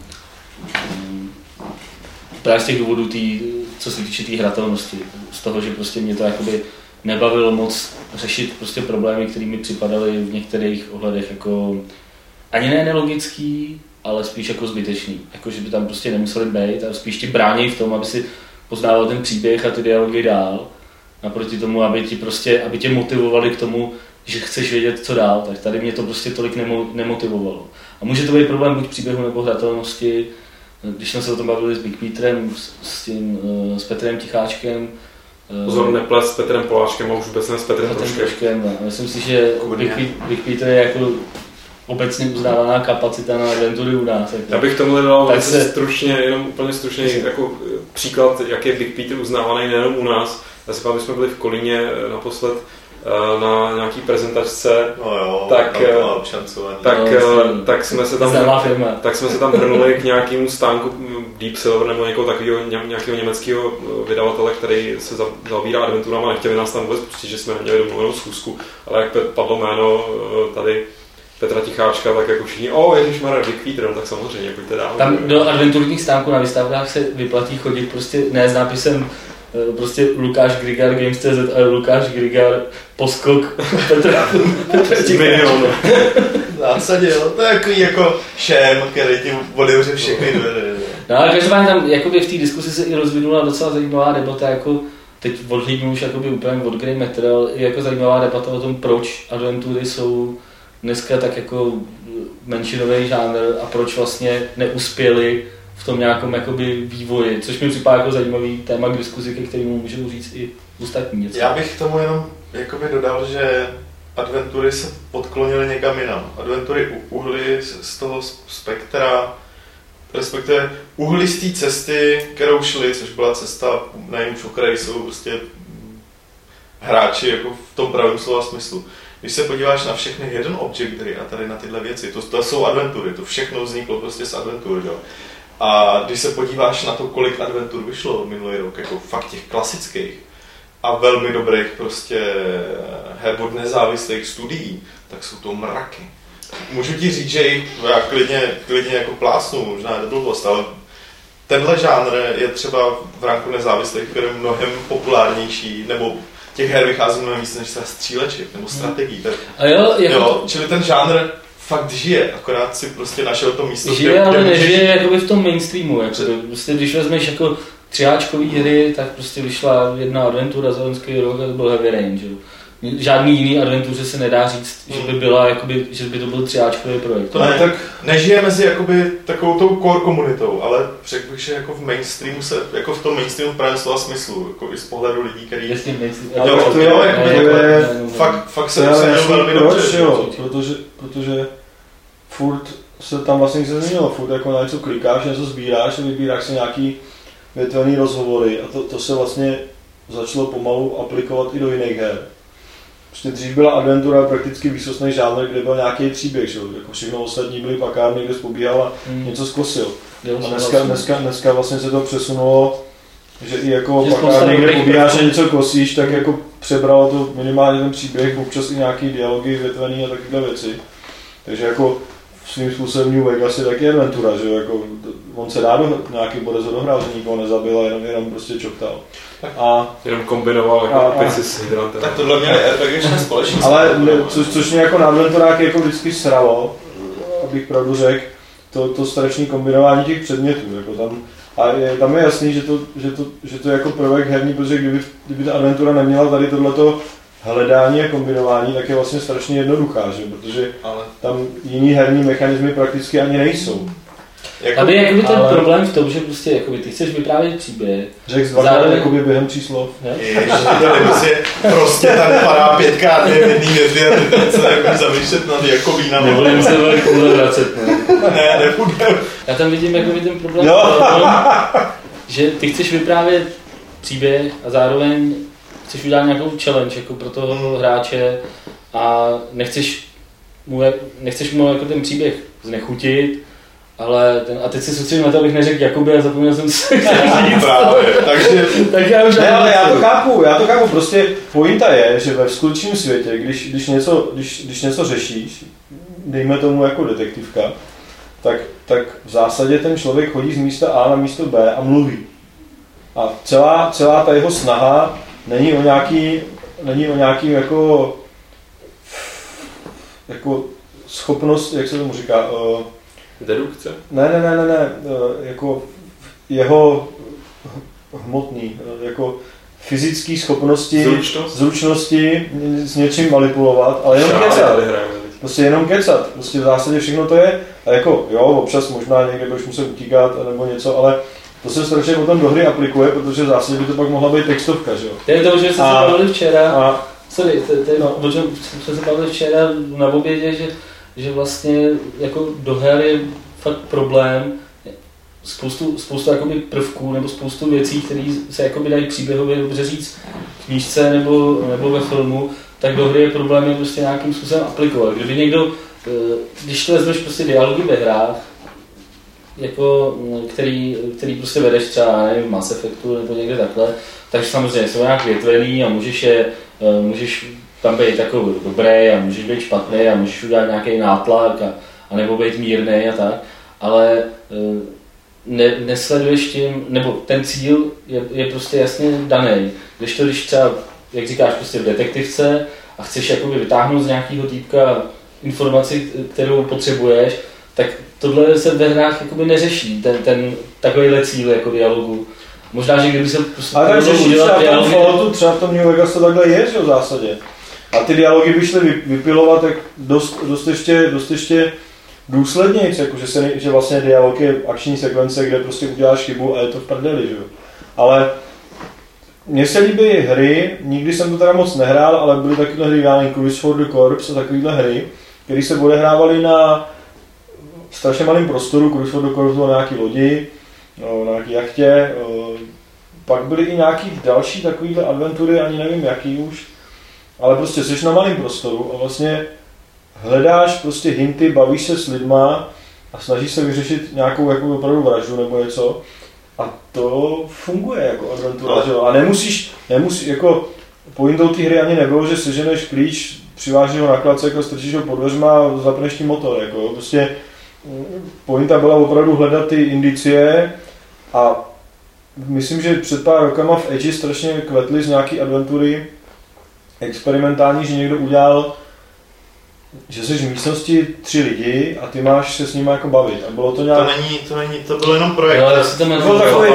právě z těch důvodů, tý, co se týče té tý hratelnosti. Z toho, že prostě mě to jakoby nebavilo moc řešit prostě problémy, které mi připadaly v některých ohledech jako ani ne nelogický, ale spíš jako zbytečný. Jako, že by tam prostě nemuseli být a spíš ti brání v tom, aby si poznával ten příběh a ty dialogy dál. Naproti tomu, aby, ti prostě, aby tě motivovali k tomu, že chceš vědět, co dál, tak tady mě to prostě tolik nemo, nemotivovalo. A může to být problém buď příběhu nebo hratelnosti. Když jsme se o tom bavili s Big Petrem, s, s, tím, s Petrem Ticháčkem. Pozor, neplet s Petrem Poláčkem a už vůbec ne s Petrem Troškem. Myslím si, že Big, Big Peter je jako obecně uznávaná kapacita na adventury u nás. Jako. Já bych tomu dal se... stručně, jenom úplně stručně jako příklad, jak je Big Peter uznávaný nejenom u nás. Já si pamatuju, jsme byli v Kolíně naposled na nějaký prezentačce, no jo, tak, tak, no, tak, jsme se tam, tak jsme se tam hrnuli k nějakému stánku Deep Silver nebo někoho takového nějakého německého vydavatele, který se zaobírá adventurama, nechtěli nás tam vůbec pustit, že jsme neměli domluvenou schůzku, ale jak padlo jméno tady Petra Ticháčka, tak jako všichni, o ježišmarja, Big Peter, no tak samozřejmě, pojďte dál. Tam do adventurních stánků na výstavkách se vyplatí chodit prostě ne s nápisem prostě Lukáš Grigar Games tečka cé zet, ale Lukáš Grigar poskok Petra Ticháčka. V zásadě, jo, to je takový jako šém, který ti odevře všechny dveře. No ale každopádně tam jakoby v té diskusi se i rozvinula docela zajímavá debata, jako teď odhlídnu už jakoby úplně od Grey Matter, i jako zajímavá debata o tom, proč adventury jsou dneska tak jako menšinový žánr a proč vlastně neuspěli v tom nějakém jakoby vývoji, což mi připadá jako zajímavý téma k diskuzi, ke kterému můžu říct i ostatní něco. Já bych k tomu jenom jakoby dodal, že adventury se podklonily někam jinam. Adventury uhly z toho spektra, respektive uhly z té cesty, kterou šli, což byla cesta, na jejímž okraji jsou prostě hráči jako v tom pravém slova smyslu. když se podíváš na všechny hidden objecty a tady na tyhle věci, to, to jsou adventury, to všechno vzniklo prostě z adventur, jo. A když se podíváš na to, kolik adventur vyšlo minulý rok, jako fakt těch klasických a velmi dobrých prostě her od nezávislých studií, tak jsou to mraky. Můžu ti říct, že já klidně, klidně jako plásnu, možná je to blbost, ale tenhle žánr je třeba v ranku nezávislých firm mnohem populárnější, nebo těch her vychází mnohem víc než třeba stříleček nebo strategií. Tak, a jo, jako jo, to... čili ten žánr fakt žije, akorát si prostě našel to místo, žije, kde, ale kde nežije můžeš... jakoby v tom mainstreamu. Jako to, prostě, když vezmeš jako třiáčkový hry, tak prostě vyšla jedna adventura za loňský rok a to byl Heavy Rain. Že? Žádný jiný adventuře se nedá říct, že by, byla, jakoby, že by to byl třiáčkový projekt. To ne, tak nežije mezi jakoby takovou tou core komunitou, ale řekl bych, že jako v mainstreamu se, jako v tom mainstreamu právě slova smyslu, jako i z pohledu lidí, který... Jasně, mainstream. Ale jo, to jo, jako ne, to ne, je... ne, ne, Fakt, fakt se to dosadil velmi proč, dobře. Jo, protože, protože furt se tam vlastně nic nezměnilo, furt jako na něco klikáš, něco sbíráš a vybíráš si nějaký větvený rozhovory a to, to se vlastně začalo pomalu aplikovat i do jiných her. Prostě dřív byla adventura prakticky výsostný žánr, kde byl nějaký příběh, že? Jako všechno ostatní byly pakárny, kde pobíhal a hmm. něco zkosil. A dneska, dneska, dneska vlastně se to přesunulo, že i jako pakárny, kde pobíháš a něco kosíš, tak jako přebralo to minimálně ten příběh, občas i nějaký dialogy větvený a takovéhle věci. Takže jako svým způsobem New Vegas je taky adventura, že jo, jako on se dá do nějaký bodez odohrál, že nikoho nezabil a jenom, jenom prostě čoktal. A jenom kombinoval jako opici s hydrantem. Tak tohle měli RPGčné společně. Ale ne, co, což mě jako na adventuráky jako vždycky sralo, abych pravdu řekl, to, to strašné kombinování těch předmětů, jako tam, a je, tam je jasný, že to, že to, že to je jako prvek herní, protože kdyby, kdyby ta adventura neměla tady tohleto hledání a kombinování, tak je vlastně strašně jednoduchá, že? Protože ale... tam jiný herní mechanismy prakticky ani nejsou. Jako, tady je ten ale... problém v tom, že prostě jakoby, ty chceš vyprávět příběh. Řekl jsi dvakrát jakoby během tří slov. Ježiš, prostě, prostě tady padá pětkrát dvě v jedný věci a ty se jako zamýšlet nad Jakobínama. Nebudeme se velmi kůle vracet, ne? Ne, nebudem. Já tam vidím jakoby ten problém, tom, že ty chceš vyprávět příběh a zároveň chceš udělat nějakou challenge jako pro toho hráče a nechceš mu, nechceš mu jako ten příběh znechutit, ale ten, a teď si soustředím na to, abych neřekl Jakuby a zapomněl jsem si právě, takže... tak já už ne, ale já to chápu, já to chápu, prostě pointa je, že ve skutečném světě, když, když, něco, když, když něco řešíš, dejme tomu jako detektivka, tak, tak v zásadě ten člověk chodí z místa A na místo B a mluví. A celá, celá ta jeho snaha není o nějaký, není o nějaký jako, jako schopnost, jak se tomu říká, uh, dedukce? Ne, ne, ne, ne, ne, uh, jako jeho hmotný, uh, jako fyzické schopnosti, zručnost? zručnosti s něčím manipulovat, ale jenom kecat. Prostě jenom kecat, prostě v zásadě všechno to je, a jako jo, občas možná někde budeš muset utíkat nebo něco, ale to se strašně potom do hry aplikuje, protože v zásadě by to pak mohla být textovka, že jo. To je to, že jsme se bavili včera, a, sorry, to, to je no, o čem jsme se bavili včera na obědě, že, že vlastně jako do her je fakt problém, spoustu, spoustu jakoby prvků nebo spoustu věcí, které se jakoby dají příběhově dobře říct v knížce nebo, nebo ve filmu, tak do hry je problém je prostě nějakým způsobem aplikovat. Kdyby někdo, když to vezmeš prostě dialogy ve hrách, jako, který, který prostě vedeš třeba nevím, v Mass Effectu nebo někde takhle, takže samozřejmě jsou nějak větvený a můžeš, je, můžeš tam být takový dobrý a můžeš být špatný a můžeš udělat nějaký nátlak a, a nebo být mírný a tak, ale ne, nesleduješ tím, nebo ten cíl je, je prostě jasně daný. Když to, když třeba, jak říkáš, prostě v detektivce a chceš jakoby vytáhnout z nějakého týpka informaci, kterou potřebuješ, tak tohle se ve hrách jakoby neřeší, ten, ten takovýhle cíl jako dialogu. Možná, že kdyby se prostě ale tak řeší třeba v tom Falloutu, třeba v tom New Vegas to takhle je, že v zásadě. A ty dialogy by šly vypilovat tak dost, dost, ještě, dost ještě důslednějc, jako že, se, že vlastně dialog je akční sekvence, kde prostě uděláš chybu a je to v prdeli, že jo. Ale mně se líbí hry, nikdy jsem to teda moc nehrál, ale byly takovéhle hry, já nevím, Cruise for the Corps a takovéhle hry, které se odehrávaly na strašně malém prostoru, Cruise for the Corps bylo na nějaký lodi, no, na nějaký jachtě, pak byly i nějaký další takovéhle adventury, ani nevím jaký už, ale prostě jsi na malém prostoru a vlastně hledáš prostě hinty, bavíš se s lidma a snažíš se vyřešit nějakou jako opravdu vraždu nebo něco a to funguje jako adventura, ale... a nemusíš, nemusíš, jako pointou té hry ani nebylo, že seženeš klíč, přivážíš ho na kladce, jako strčíš ho pod dveřma a zapneš tím motor, jako prostě pointa byla opravdu hledat ty indicie a myslím, že před pár rokama v Edge strašně kvetly z nějaký adventury experimentální, že někdo udělal, že jsi v místnosti tři lidi a ty máš se s nimi jako bavit. A bylo to nějak... To není, to není, to byl jenom projekt. Jo, já si to jmenuji. Bylo takový...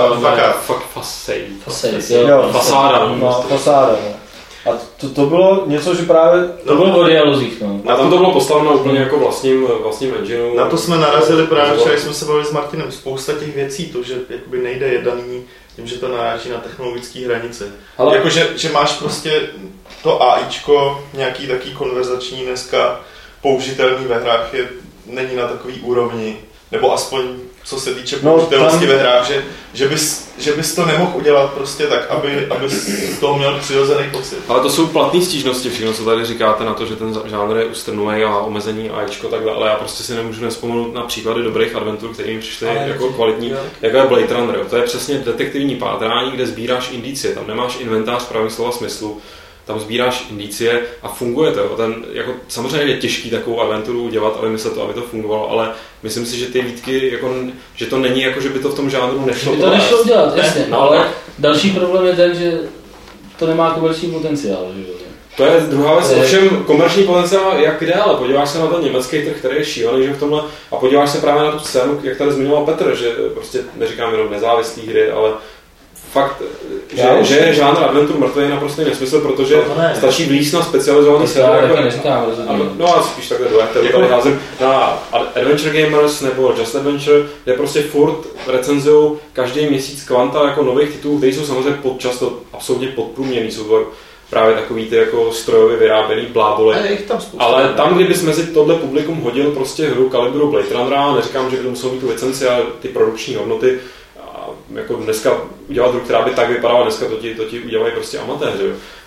Fasáda. Fasáda. A to, to bylo něco, že právě... To bylo o dialozích, no. A tam to bylo postaveno úplně jako vlastním, vlastním engineu. Na to jsme narazili právě včera, když jsme se bavili s Martinem. Spousta těch věcí, to, že jakoby nejde je daný tím, že to naráží na technologické hranice. Ale... Jako, že, že máš prostě to AIčko, nějaký taký konverzační dneska použitelný ve hrách, je, není na takový úrovni, nebo aspoň co se týče použitelnosti no, tam... ve hrách, že, že, bys, že bys to nemohl udělat prostě tak, aby, aby z toho měl přirozený pocit. Ale to jsou platné stížnosti všechno, co tady říkáte na to, že ten žánr je ustrnulý a omezení AIčko takhle, ale já prostě si nemůžu nevzpomenout na příklady dobrých adventur, které mi přišly ale jako kvalitní, jo. Jako je Blade Runner. To je přesně detektivní pátrání, kde sbíráš indicie, tam nemáš inventář v pravém slova smyslu, tam sbíráš indicie a funguje to. Ten, jako, samozřejmě je těžký takovou adventuru udělat a vymyslet to, aby to fungovalo, ale myslím si, že ty výtky, jako, že to není jako, že by to v tom žánru nešlo. By to nešlo udělat, jasně, no, ale další problém je ten, že to nemá komerční potenciál. Že? To je druhá věc, ovšem komerční potenciál jak jde, ale podíváš se na ten německý trh, který je šílený, že v tomhle, a podíváš se právě na tu scénu, jak tady zmiňoval Petr, že prostě neříkám jenom nezávislé hry, ale fakt, že, že je žánr adventur mrtvý je naprosto nesmysl, protože no, ne. stačí vlízt na specializovaný server. Jako, neříkám, no a spíš takhle do éteru tady házím na Adventure Gamers nebo Just Adventure, kde prostě furt recenzujou každý měsíc kvanta jako nových titulů, které jsou samozřejmě pod, často absolutně podprůměrný, jsou to právě takový ty jako strojově vyráběný blábole. Tam ale tam, kdybys mezi tohle publikum hodil prostě hru kalibru Blade Runnera, neříkám, že by musel mít tu licenci a ty produkční hodnoty, jako dneska udělat hru, která by tak vypadala, dneska to ti, to ti udělají prostě amatéři,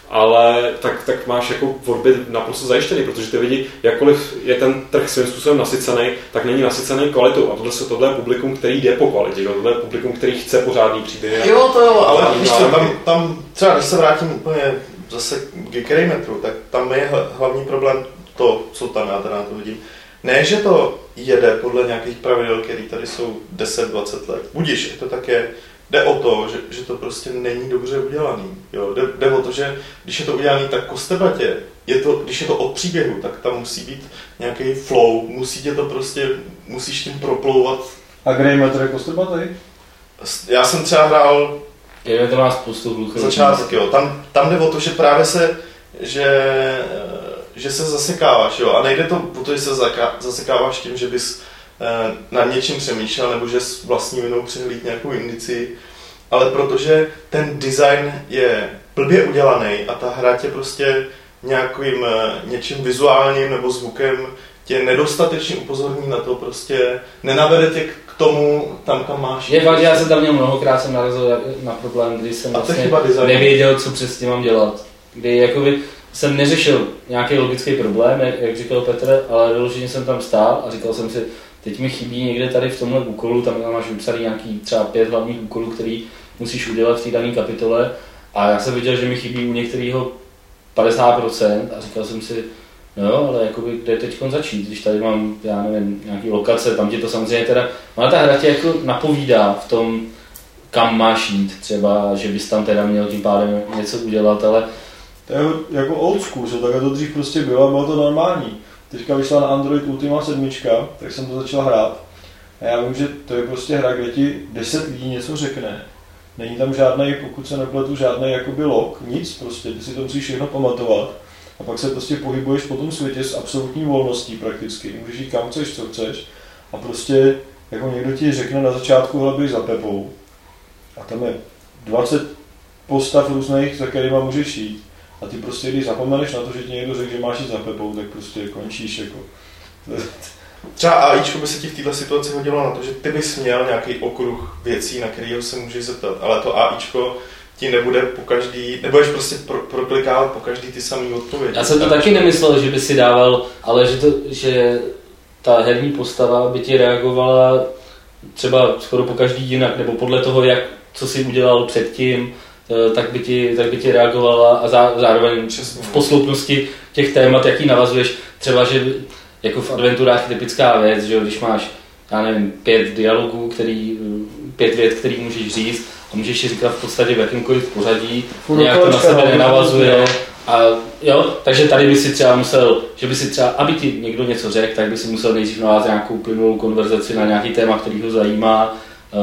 ale tak, tak máš jako tvorby naprosto zajištěný, protože ty lidi, jakkoliv je ten trh svým způsobem nasycený, tak není nasycený kvalitou a tohle, tohle je publikum, který jde po kvalitě, tohle je publikum, který chce pořádný příběh. Jo, to jo, ale víš co, tam, tam třeba, když se vrátím úplně zase k Geekerimetru, tak tam je hlavní problém to, co tam já teda na to vidím. Ne, že to jede podle nějakých pravidel, které tady jsou deset dvacet let. Budiš, to také jde o to, že, že to prostě není dobře udělaný. Jo? Jde, jde o to, že když je to udělaný tak kostrbatě, je to, když je to od příběhu, tak tam musí být nějaký flow, musí tě to prostě, musíš tím proplouvat. A Greymatter je kostrbatý? Já jsem třeba hrál je to má spoustu hluchů. Začátky, jo. Tam, tam jde o to, že právě se, že že se zasekáváš, jo, a nejde to o to, že se zasekáváš tím, že bys eh, nad něčím přemýšlel, nebo že s vlastní vinou přehlíd nějakou indici, ale protože ten design je blbě udělaný a ta hra tě prostě nějakým eh, něčím vizuálním nebo zvukem tě nedostatečně upozorní na to, prostě nenavede tě k tomu tam, kam máš. Je fakt, že já jsem tam měl mnohokrát jsem narazil na problém, kdy jsem vlastně nevěděl, co přesně mám dělat. Kdy jakoby jsem neřešil nějaký logický problém, jak, jak říkal Petr, ale vyloženě jsem tam stál a říkal jsem si, teď mi chybí někde tady v tomhle úkolu, tam máš vypsaný nějaký třeba pět hlavních úkolů, který musíš udělat v té dané kapitole a já jsem viděl, že mi chybí u některého padesát procent a říkal jsem si, no jo, ale jakoby kde teďkon začít, když tady mám, já nevím, nějaký lokace, tam ti to samozřejmě teda, ale ta hra tě jako napovídá v tom, kam máš jít, třeba, že bys tam teda měl tím pádem něco udělat, ale to je jako old school, že takhle to dřív prostě bylo a bylo to normální. Teďka vyšla na Android Ultima sedm, tak jsem to začal hrát. A já vím, že to je prostě hra, kde ti deset lidí něco řekne. Není tam žádný, pokud se nepletu, žádný jakoby log, nic prostě, ty si to musíš všechno pamatovat. A pak se prostě pohybuješ po tom světě s absolutní volností prakticky. Můžeš jít kam chceš, co chceš. A prostě jako někdo ti řekne na začátku, hele, běž za Pepou. A tam je dvacet postav různých, za kterýma můžeš jít. A ty prostě, když zapomeneš na to, že ti někdo řekl, že máš jít za Pepou, tak prostě končíš jako. Třeba AIčko by se ti v této situaci hodilo na to, že ty bys měl nějaký okruh věcí, na kterého se můžeš zeptat, ale to AIčko ti nebude po každý, nebudeš prostě pro, proklikávat po každý ty samý odpovědi. Já jsem to taky nemyslel, že by si dával, ale že, to, že ta herní postava by ti reagovala třeba skoro po každý jinak, nebo podle toho, jak, co jsi udělal předtím, tak by ti, tak by ti reagovala a zá, zároveň v posloupnosti těch témat, jaký navazuješ, třeba, že jako v adventurách je typická věc, že když máš, já nevím, pět dialogů, který, pět vět, který můžeš říct a můžeš si říkat v podstatě v jakýmkoliv pořadí, nějak to na sebe nenavazuje. A jo, takže tady by si třeba musel, že by si třeba, aby ti někdo něco řekl, tak by si musel nejdřív navázat nějakou plynulou konverzaci na nějaký téma, který ho zajímá,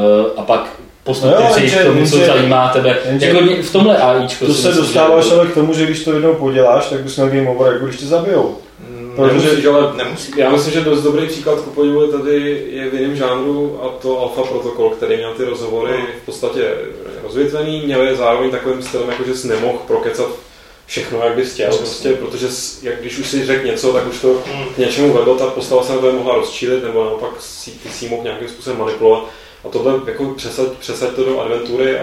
a pak postupně no přejít k tomu, co zajímá tebe. Jenže, jako v tomhle AIčko. To se dostáváš ale k tomu, že když to jednou poděláš, tak bys měl game over, jako když tě zabijou. Nemusíš, ale nemusí. Já myslím, že dost dobrý příklad ku podivu tady je v jiném žánru, a to Alpha Protocol, který měl ty rozhovory v podstatě rozvětvený, měl je zároveň takovým stylem, jako že jsi nemohl prokecat všechno, jak bys chtěl, prostě, protože jak, když už si řekl něco, tak už to k něčemu vedlo, ta postava se na to mohla rozčílit, nebo naopak si, ty si mohl nějakým způsobem manipulovat. A tohle jako přesaď, přesaď to do adventury a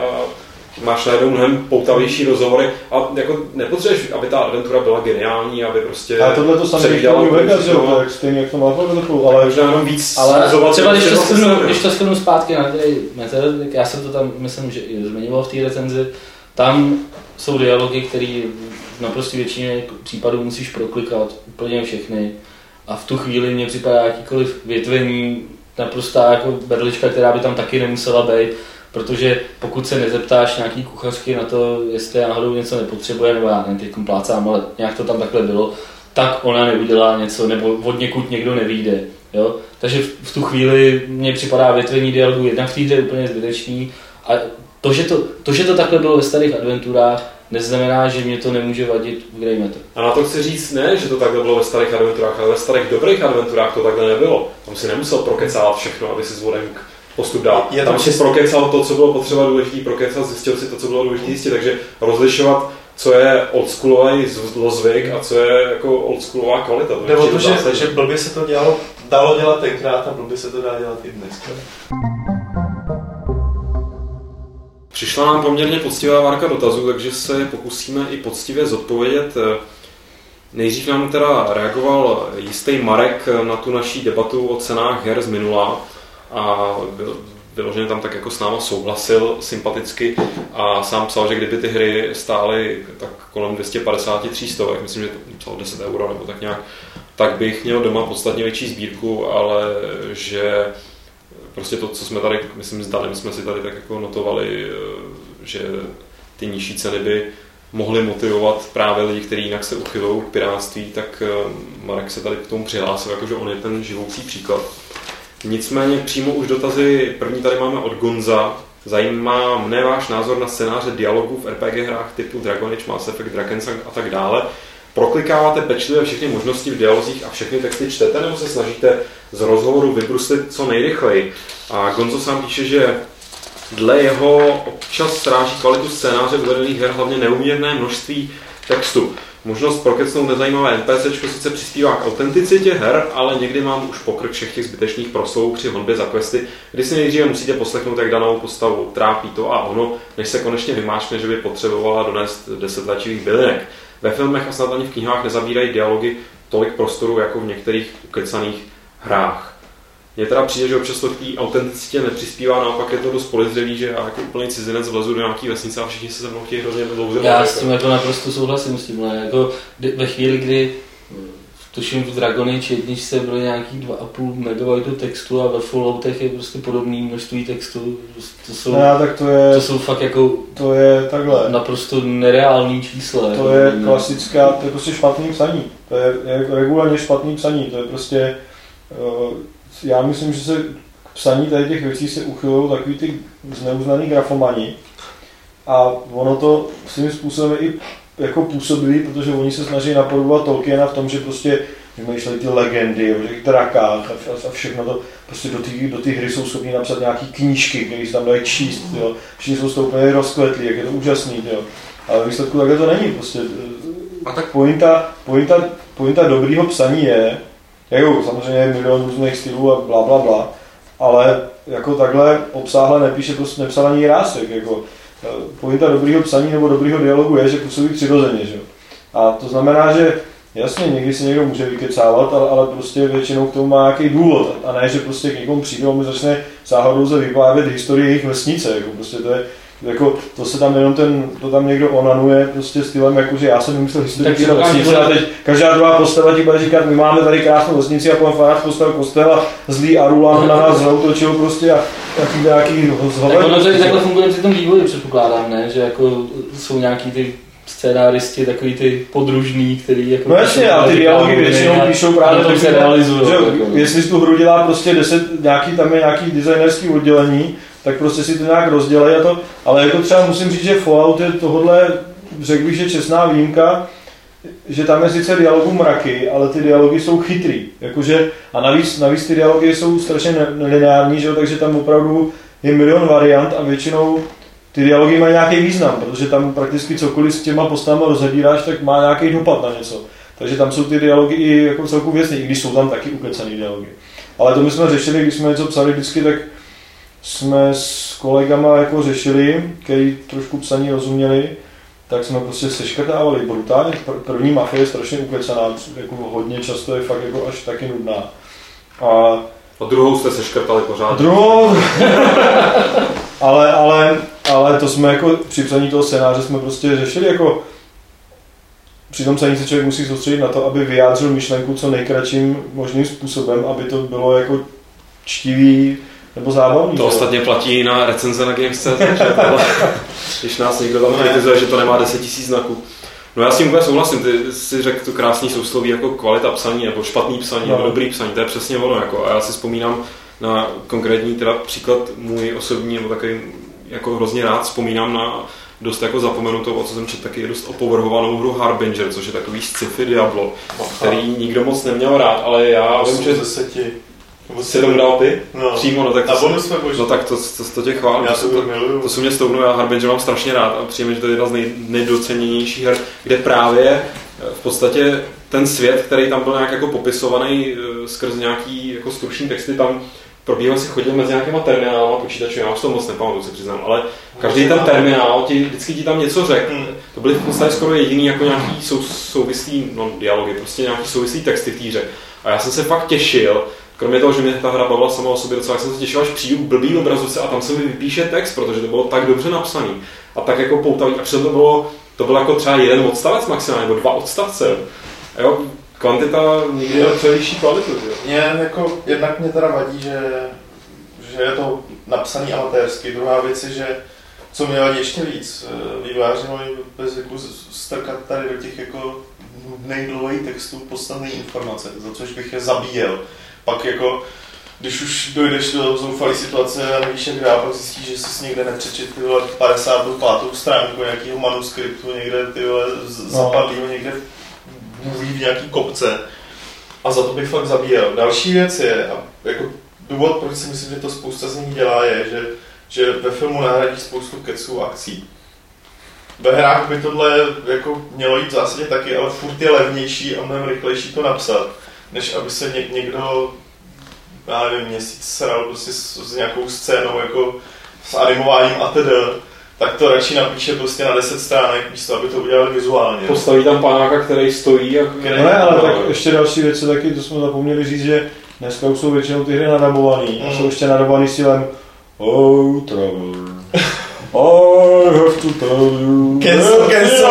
máš najednou mnohem poutavější rozhovory a jako nepotřebuješ, aby ta adventura byla geniální, aby prostě... Ale tohle to samé říkal u Vegas, jo, tak stejně jak to má Protocol, ale možná jenom víc... Ale třeba když to, skrnu, když to skrnu zpátky na ty metody, tak já jsem to tam, myslím, že zmiňoval v té recenzi, tam jsou dialogy, které v naprosto většině případů musíš proklikat úplně všechny a v tu chvíli mně připadá jakýkoliv větvení, naprostá jako berlička, která by tam taky nemusela být, protože pokud se nezeptáš nějaký kuchařky na to, jestli náhodou něco nepotřebuje, nebo já nevím, teď plácám, ale nějak to tam takhle bylo, tak ona neudělá něco, nebo od někud někdo nevyjde. Jo? Takže v tu chvíli mně připadá větvení dialogu jednak v té hře úplně zbytečný a to že to, to, že to takhle bylo ve starých adventurách, neznamená, že mě to nemůže vadit v Grey Matter. A na to chci říct ne, že to takhle bylo ve starých adventurách, ale ve starých dobrých adventurách to takhle nebylo. Tam si nemusel prokecávat všechno, aby si zvolen postup dál. Je tam si čist... prokecal to, co bylo potřeba důležitý prokecat, zjistil si to, co bylo důležité zjistit, takže rozlišovat, co je oldschoolový zlozvyk a co je jako oldschoolová kvalita. Jde o to, že, že blbě se to dělalo, dalo dělat tenkrát a blbě se to dá dělat i dnes. Přišla nám poměrně poctivá várka dotazů, takže se pokusíme i poctivě zodpovědět. Nejdřív nám teda reagoval jistý Marek na tu naší debatu o cenách her z minula a vyloženě tam tak jako s náma souhlasil sympaticky a sám psal, že kdyby ty hry stály tak kolem dvě stě padesát tři stovek, myslím, že to psal deset euro nebo tak nějak, tak bych měl doma podstatně větší sbírku, ale že prostě to, co jsme tady, myslím, s Danem jsme si tady tak jako notovali, že ty nižší ceny by mohly motivovat právě lidi, kteří jinak se uchylují k pirátství, tak Marek se tady k tomu přihlásil, jakože on je ten živoucí příklad. Nicméně přímo už dotazy, první tady máme od Gonza. Zajímá mne váš názor na scénáře dialogů v R P G hrách typu Dragon Age, Mass Effect, Drakensang a tak dále. Proklikáváte pečlivě všechny možnosti v dialozích a všechny texty čtete, nebo se snažíte z rozhovoru vybruslit co nejrychleji? A Gonzo sám píše, že dle jeho občas sráží kvalitu scénáře uvedených her hlavně neuměrné množství textu. Možnost prokecnout nezajímavé NPCčko sice přispívá k autenticitě her, ale někdy mám už pokrk všech těch zbytečných proslovů při honbě za questy, kdy si nejdříve musíte poslechnout, jak danou postavu trápí to a ono, než se konečně vymáčkne, že by potřebovala donést deset léčivých bylinek. Ve filmech a snad ani v knihách nezabírají dialogy tolik prostoru jako v některých ukecaných hrách. Mně teda přijde, že občas to k té autenticitě nepřispívá, naopak je to dost podezřelý, že já jako úplný cizinec vlezu do nějaký vesnice a všichni se se mnou chtějí hrozně dlouze. Já s tím jako naprosto souhlasím s tímhle. Jako ve chvíli, kdy tuším v Dragon Age jedničce byly nějaký dva a půl megabajtu textu a ve Falloutech je prostě podobné množství textu. To jsou, no, tak to, je, to jsou fakt jako to je takhle. Naprosto nereální čísla. To jako je ne. Klasická, to je prostě špatný psaní. To je, je regulárně špatný psaní. To je prostě, uh, já myslím, že se k psaní tady těch věcí se uchylují takový ty zneuznaný grafomani. A ono to svým způsobem i jako působivý, protože oni se snaží napodobovat Tolkiena v tom, že prostě vymýšlejí ty legendy o těch drakách a všechno to, prostě do té do té hry jsou schopni napsat nějaký knížky, které se tam dají číst, jo. Všichni jsou z toho úplně rozkvetlí, jak je to úžasný, jo. Ale v výsledku takhle to není, prostě. A tak pointa, pointa, pointa dobrýho psaní je, jako samozřejmě je milion různých stylů a bla bla bla, ale jako takhle obsáhle nepíše, prostě nepsal ani Rásek, jako. pointa dobrýho psaní nebo dobrýho dialogu je, že působí přirozeně, že? A to znamená, že jasně, někdy si někdo může vykecávat, ale, ale prostě většinou k tomu má nějaký důvod. A ne, že prostě k někomu přijde a mu začne sáhodlouze vyprávět historii jejich vesnice. Jako prostě to, je, jako, to se tam jenom ten, to tam někdo onanuje prostě stylem, jako, že já jsem vymyslel historii na vesnice a teď každá druhá postava ti bude říkat, my máme tady krásnou vesnici a pan farář postavil kostel a zlý Arulan na nás zautočil prostě a nějaký, nějaký zhovor. Tak ono to takhle funguje při tom vývoji, předpokládám, ne? Že jako jsou nějaký ty scénáristi, takový ty podružný, který jako... No jasně, a ty dialogy většinou píšou právě to se realizují. Jestli tu hru dělá prostě deset, nějaký, tam je nějaký designerský oddělení, tak prostě si to nějak rozdělej a to, ale jako třeba musím říct, že Fallout je tohodle, řekl bych, že čestná výjimka, že tam je sice dialogů mraky, ale ty dialogy jsou chytrý, jakože, a navíc, navíc ty dialogy jsou strašně nelineární, že jo, takže tam opravdu je milion variant a většinou ty dialogy mají nějaký význam, protože tam prakticky cokoliv s těma postavama rozebíráš, tak má nějaký dopad na něco. Takže tam jsou ty dialogy i jako celku věcný, i když jsou tam taky ukecaný dialogy. Ale to my jsme řešili, když jsme něco psali vždycky, tak jsme s kolegama jako řešili, který trošku psaní rozuměli, tak jsme prostě seškrtávali brutálně. První mafie je strašně ukecaná, jako hodně často je fakt jako až taky nudná. A, a druhou jste seškrtali pořád. Druhou, ale, ale, ale to jsme jako při psaní toho scénáře jsme prostě řešili jako při tom psaní se člověk musí soustředit na to, aby vyjádřil myšlenku co nejkratším možným způsobem, aby to bylo jako čtivý nebo zábavný. To ostatně platí na recenze na Games tečka cé zet, když nás někdo tam kritizuje, že to nemá deset tisíc znaků. No já s tím úplně souhlasím, ty si řekl tu krásný sousloví jako kvalita psaní, nebo špatný psaní, no. nebo dobrý psaní, to je přesně ono. Jako. A já si vzpomínám na konkrétní teda příklad můj osobní, nebo takový jako hrozně rád vzpomínám na dost jako zapomenutou, o co jsem četl, taky dost opovrhovanou hru Harbinger, což je takový sci-fi Diablo, který nikdo moc neměl rád, ale já vím, že deseti. Jsi tomu dal ty? No. Přímo, no tak to, to, se, no, tak to, to, to tě chválím. Já to, to, to, to jsou mě stoupnou, já Harbinger mám strašně rád a přijím, že to je jedna z nej, nejdoceněnějších her, kde právě v podstatě ten svět, který tam byl nějak jako popisovaný skrz nějaký jako stručný texty, tam probíhal si chodil mezi nějakýma terminálama počítačů, já už to moc nepamatuju, se přiznám, ale každý ten terminál, ti, vždycky ti tam něco řekl. Hmm. To byly v podstatě skoro jediný jako nějaký sou, souvislý, no dialogy, prostě nějaký souvislý texty v té hře. A já jsem se fakt těšil, kromě toho, že mě ta hra bavila sama o sobě docela, jak jsem se těšil, až přijdu k blbý obrazovce a tam se mi vypíše text, protože to bylo tak dobře napsaný a tak jako poutavý. A přitom to bylo, to bylo jako třeba jeden odstavec maximálně, nebo dva odstavce. A jo, kvantita nikdy nepřevýší kvalitu. Mě jako, jednak mě teda vadí, že, že je to napsaný amatérsky. Druhá věc je, že co mě vadí ještě víc, vývojáři mají bez jako strkat tady do těch jako nejdlouhých textů podstatné informace, za což bych je zabíjel. Pak jako, když už dojdeš do zoufalé situace a nevíš jak dál, pak zjistíš, že jsi někde nepřečet ty vole padesát pátou stránku nějakého manuskriptu, někde ty vole zapadlýho, někde mluví v nějaký kopce. A za to bych fakt zabíjel. Další věc je, a jako důvod, proč si myslím, že to spousta z nich dělá, je, že, že ve filmu nahradí spoustu keců a akcí. Ve hrách by tohle jako mělo jít v zásadě taky, ale furt je levnější a mnohem rychlejší to napsat, než aby se něk, někdo, já nevím, měsíc sral prostě s, s nějakou scénou, jako s animováním a tedy, tak to radši napíše prostě na deset stránek, místo aby to udělali vizuálně. Postaví tam panáka, který stojí a... No ne, ale tak ještě další věci taky, to jsme zapomněli říct, že dneska už jsou většinou ty hry nadabovaný mm. a jsou ještě nadabovaný stylem Oh, trouble. I have to tell you. Cancel, cancel.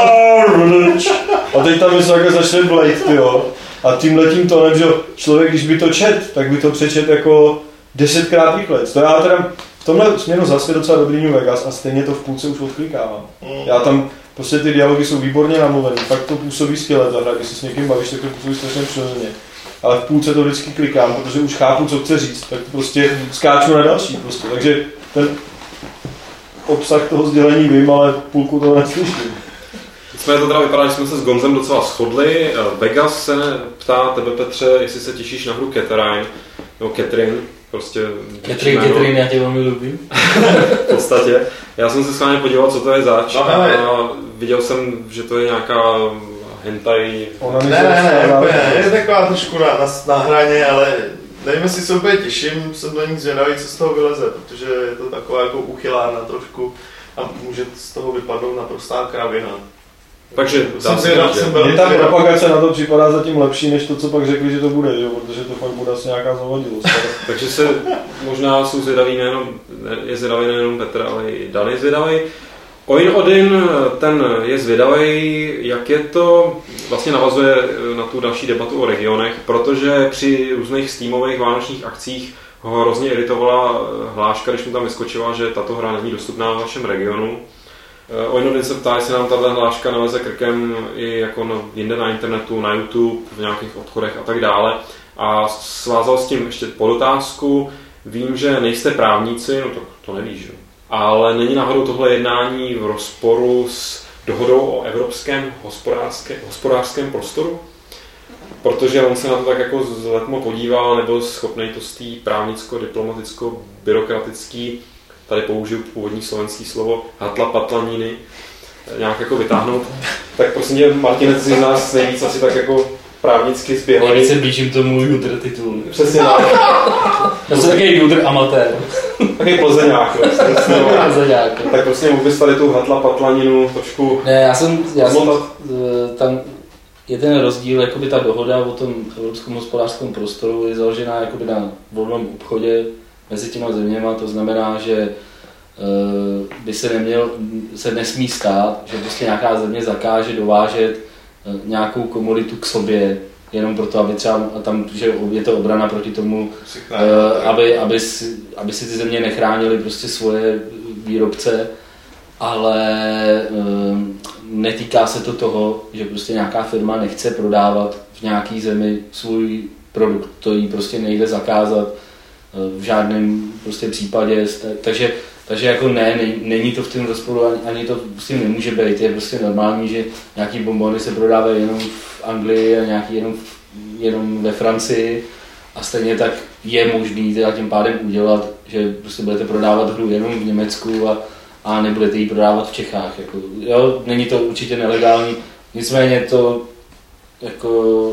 A teď tam něco takhle začne blejt, tyjo. A tímhletím tónem, že člověk, když by to čet, tak by to přečet jako desetkrát rychle. To já teda v tomhle směru zase docela dobrý New Vegas a stejně to v půlce už odklikávám. Já tam, prostě ty dialogy jsou výborně namluvený, fakt to působí skvěle ta hra, když se s někým bavíš, tak to působí strašně přirozeně. Ale v půlce to vždycky klikám, protože už chápu, co chce říct, tak prostě skáču na další prostě. Takže ten obsah toho sdělení vím, ale půlku toho neslyším. Nicméně to teda vypadá, že jsme se s Gonzem docela shodli. Vegas se ptá tebe, Petře, jestli se těšíš na hru Catherine, nebo Catherine, prostě... Catherine, Catherine, já tě velmi lubím. V podstatě. Já jsem se schválně podíval, co to je zač, no, a viděl jsem, že to je nějaká hentai... Ne, ne, ne, úplně, je taková trošku na, na, na hraně, ale nevím, jestli se úplně těším, jsem do ní zvědavý, co z toho vyleze, protože je to taková jako uchylárna trošku. a může z toho vypadnout naprostá kravina. Takže jsem zvědav, jsem velmi Mě ta zvědav. propagace na to připadá zatím lepší, než to, co pak řekli, že to bude, jo? Protože to fakt bude asi nějaká zavadilost. Takže se možná jsou zvědaví nejenom, je zvědavý nejenom Petr, ale i Dan je zvědavý. Oin Odin, ten je zvědavý, jak je to, vlastně navazuje na tu další debatu o regionech, protože při různých steamových vánočních akcích ho hrozně iritovala hláška, když mu tam vyskočila, že tato hra není dostupná v vašem regionu. Oin Odin se ptá, jestli nám tato hláška naleze krkem i jako no, jinde na internetu, na YouTube, v nějakých obchodech a tak dále. A svázal s tím ještě podotázku. Vím, že nejste právníci, no to, to nevíš, že? Ale není náhodou tohle jednání v rozporu s dohodou o evropském hospodářské, hospodářském prostoru? Protože on se na to tak jako zletmo podíval, nebyl schopný to z té právnicko-diplomaticko-byrokratický, tady použiju původní slovenský slovo, hatla patlaniny, nějak jako vytáhnout. Tak prosím tě, Martine, ty z nás nejvíc asi tak jako právnicky zběhlej. Já víc se blížím tomu judr titulu. Přesně tak. Já jsem takový judr amatér. Takový plzeňák. Plzeňák. Tak prostě mohl bys tady tu hatla patlaninu trošku... Ne, já jsem, já jsem odmotat. tam je ten rozdíl, jakoby ta dohoda o tom evropském hospodářském prostoru je založená jakoby na volném obchodě mezi těma zeměma, to znamená, že by se neměl, se nesmí stát, že prostě nějaká země zakáže dovážet nějakou komoditu k sobě, jenom proto, aby třeba tam, že je to obrana proti tomu, aby, aby, si, aby si ty země nechránily prostě svoje výrobce, ale netýká se to toho, že prostě nějaká firma nechce prodávat v nějaký zemi svůj produkt, to jí prostě nejde zakázat v žádném prostě případě, takže Takže jako ne, ne, není to v tom rozporu, ani, ani to prostě nemůže být. Je prostě normální, že nějaký bonbony se prodávají jenom v Anglii a nějaký jenom, jenom ve Francii. A stejně tak je možný teda tím pádem udělat, že prostě budete prodávat hru jenom v Německu a, a nebudete ji prodávat v Čechách. Jako, jo, není to určitě nelegální, nicméně to jako...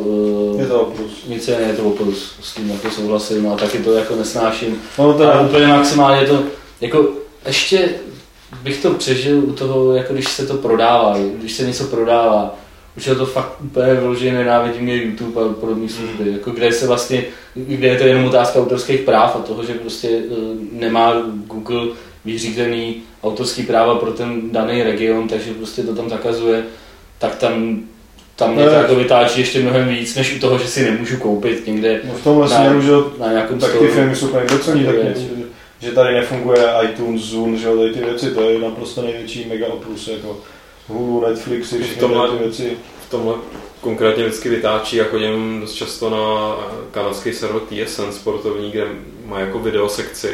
Je to oprus. Nicméně je to oprus, s tím jako souhlasím a taky to jako nesnáším. No, teda... A úplně maximálně to... Jako ještě bych to přežil u toho, jako když se to prodává, když se něco prodává. Už je to fakt úplně vyloženě nenávidím je YouTube a podobné služby, jako kde se vlastně, kde je to jenom otázka autorských práv a toho, že prostě uh, nemá Google vyřízený autorský práva pro ten daný region, takže prostě to tam zakazuje, tak tam tam mě to jako vytáčí ještě mnohem víc, než u toho, že si nemůžu koupit někde no v tomhle směru, že na nějakém tak ty filmy jsou úplně docení, tak něco, že tady nefunguje iTunes, Zoom, že jo, tady ty věci, to je naprosto největší mega oprus, jako Hulu, Netflixy, všechny ty věci. V tomhle konkrétně vždycky vytáčí a chodím dost často na kanadský server T S N sportovní, kde má jako videosekci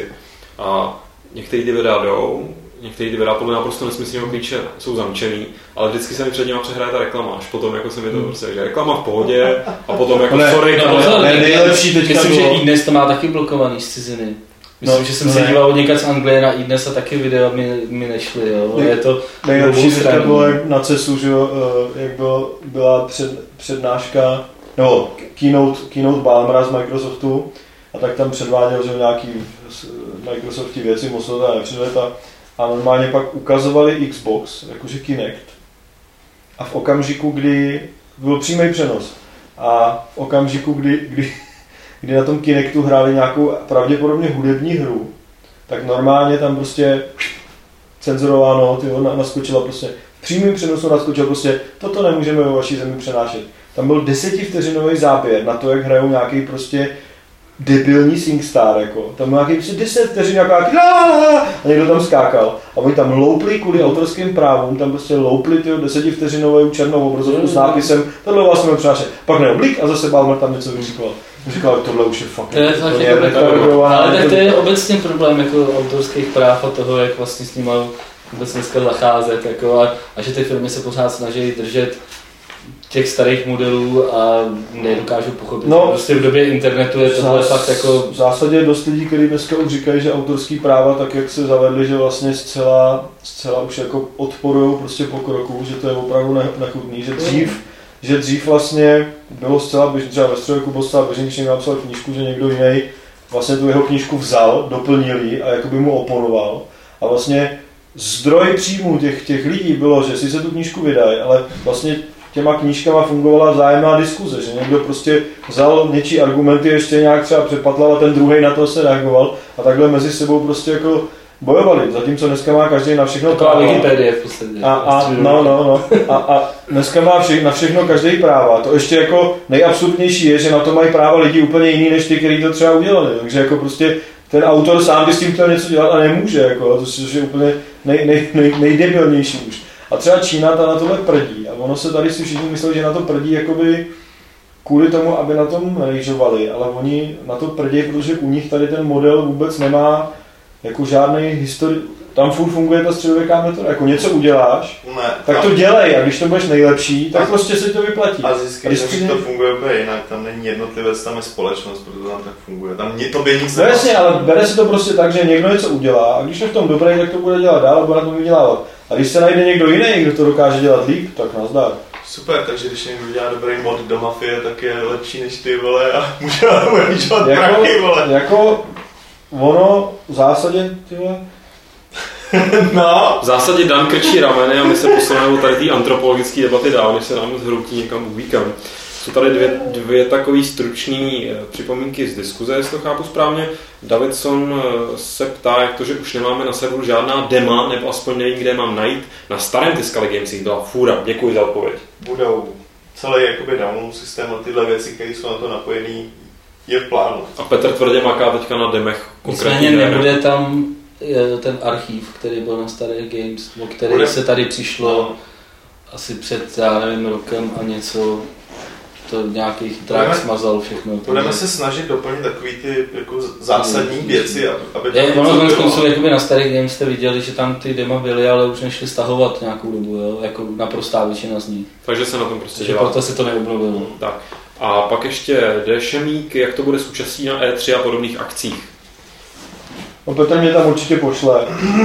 a některé ty videa jdou, některé ty videa podle naprosto nesmyslného klíče jsou zamčený, ale vždycky se mi před nimi přehraje ta reklama, až potom jako se mi to prostě, že reklama v pohodě a potom jako ne, sorry, no, ale pozor, ne, nejlepší teďka myslím, bylo... že iDnes to má taky blokovaný z ciziny. Myslím, No, že jsem no se ne. díval od někde z Anglie na iDnes a taky videa mi, mi nešly, jo. Ne, je to nejlepší teďka bylo jak na CESu, že jo, jak bylo, byla před, přednáška, nebo keynote, keynote Ballmera z Microsoftu a tak tam předváděl, že nějaký Microsoftí věci, moc to teda nepředvedl a normálně pak ukazovali Xbox, jakože Kinect a v okamžiku, kdy byl přímý přenos a v okamžiku, kdy, kdy kdy na tom Kinectu hráli nějakou pravděpodobně hudební hru, tak normálně tam prostě cenzurováno, tyjo, naskočila prostě, v přímým přenosu naskočilo prostě, toto nemůžeme ve vaší zemi přenášet. Tam byl desetivteřinový záběr na to, jak hrajou nějaký prostě debilní SingStar, jako. Tam byl nějaký prostě deset vteřin, jako nějaký a někdo tam skákal. A oni tam loupli kvůli autorským právům, tam prostě loupli tyjo, desetivteřinovou černou obrazovku s nápisem, tohle vás můžeme přenášet. Pak neoblik a zase Ballmer tam něco vyříkal. Říkal, tohle už je fakt. To je fakt jako jako, ale tak to je obecně problém jako autorských práv a toho, jak vlastně s nimi vůbec dneska zacházet. Jako a, a že ty firmy se pořád snaží držet těch starých modelů a nedokážou pochopit. No, prostě v době internetu je tohle fakt jako... V zásadě je dost lidí, kteří dneska už říkají, že autorský práva, tak jak se zavedly, že vlastně zcela, zcela už jako odporují prostě pokroku, že to je opravdu nechutný, že dřív že dřív vlastně bylo zcela běžný, třeba ve středověku bylo zcela běžný, když někdo napsal knížku, že někdo jiný vlastně tu jeho knížku vzal, doplnil ji a jakoby mu oponoval. A vlastně zdroj příjmů těch, těch lidí bylo, že si se tu knížku vydají, ale vlastně těma knížkama fungovala vzájemná diskuze, že někdo prostě vzal něčí argumenty, ještě nějak třeba přepatlal a ten druhej na to se reagoval a takhle mezi sebou prostě jako bojovali, zatímco dneska má každý na všechno práva. Wikipedie v podstatě. A, a, no, no, no. A, a dneska má vše, na všechno každý práva. To ještě jako nejabsurdnější je, že na to mají práva lidi úplně jiný, než ty, kteří to třeba udělali. Takže jako prostě ten autor sám by s tím chtěl něco dělat a nemůže, jako, což je úplně nej, nej, nej, nejdebilnější už. A třeba Čína ta na tohle prdí a ono se tady si všichni mysleli, že na to prdí jakoby kvůli tomu, aby na tom rejžovali, ale oni na to prdí, protože u nich tady ten model vůbec nemá jako žádný historii. Tam furt funguje ta středověká metoda, jako něco uděláš, ne, tak to dělej a když to budeš nejlepší, tak a prostě se to vyplatí. A zjistíš, že přijde... to funguje úplně jinak, tam není jednotlivec, tam je společnost, protože tam tak funguje. Tam to by nic no jasně, ale bere si to prostě tak, že někdo něco udělá a když je v tom dobrý, tak to bude dělat dál a bude na tom vydělávat. A když se najde někdo jiný, kdo to dokáže dělat líp, tak nazdar. Super, takže když někdo dělá dobrý mod do Mafie, tak je lepší než ty, vole, a může vyžovat prachy, vole. Jako ono v zásadě, tyhle... No. V zásadě Dan krčí rameny a my se posuneme tady té antropologické debaty dál, než se nám zhroutí někam uvíkam. Jsou tady dvě, dvě takové stručné připomínky z diskuze, jestli to chápu správně. Davidson se ptá, jak to, že už nemáme na serveru žádná dema, nebo aspoň nevím, kde mám najít. Na starém Tiscali Gamesích byla fůra. Děkuji za odpověď. Budou. Celý jakoby download systém a tyhle věci, které jsou na to napojené, je v plánu. A Petr tvrdě maká teďka na demech. Nicméně nebude tam ten archív, který byl na starých Games, o který bude... se tady přišlo no. asi před, já nevím, rokem a něco, to nějaký chytrák smazal všechno. Budeme se snažit doplnit takový ty jako zásadní věci, aby je, ono konec konců jakoby na starých Games jste viděli, že tam ty dema byly, ale už nešli stahovat nějakou dobu, jo? Jako naprostá většina z nich. Takže se na tom prostě dělá. Proto se to neobnovilo. Tak. A pak ještě Dešemík, jak to bude s účastí na E tři a podobných akcích. No Petr mě tam určitě pošle.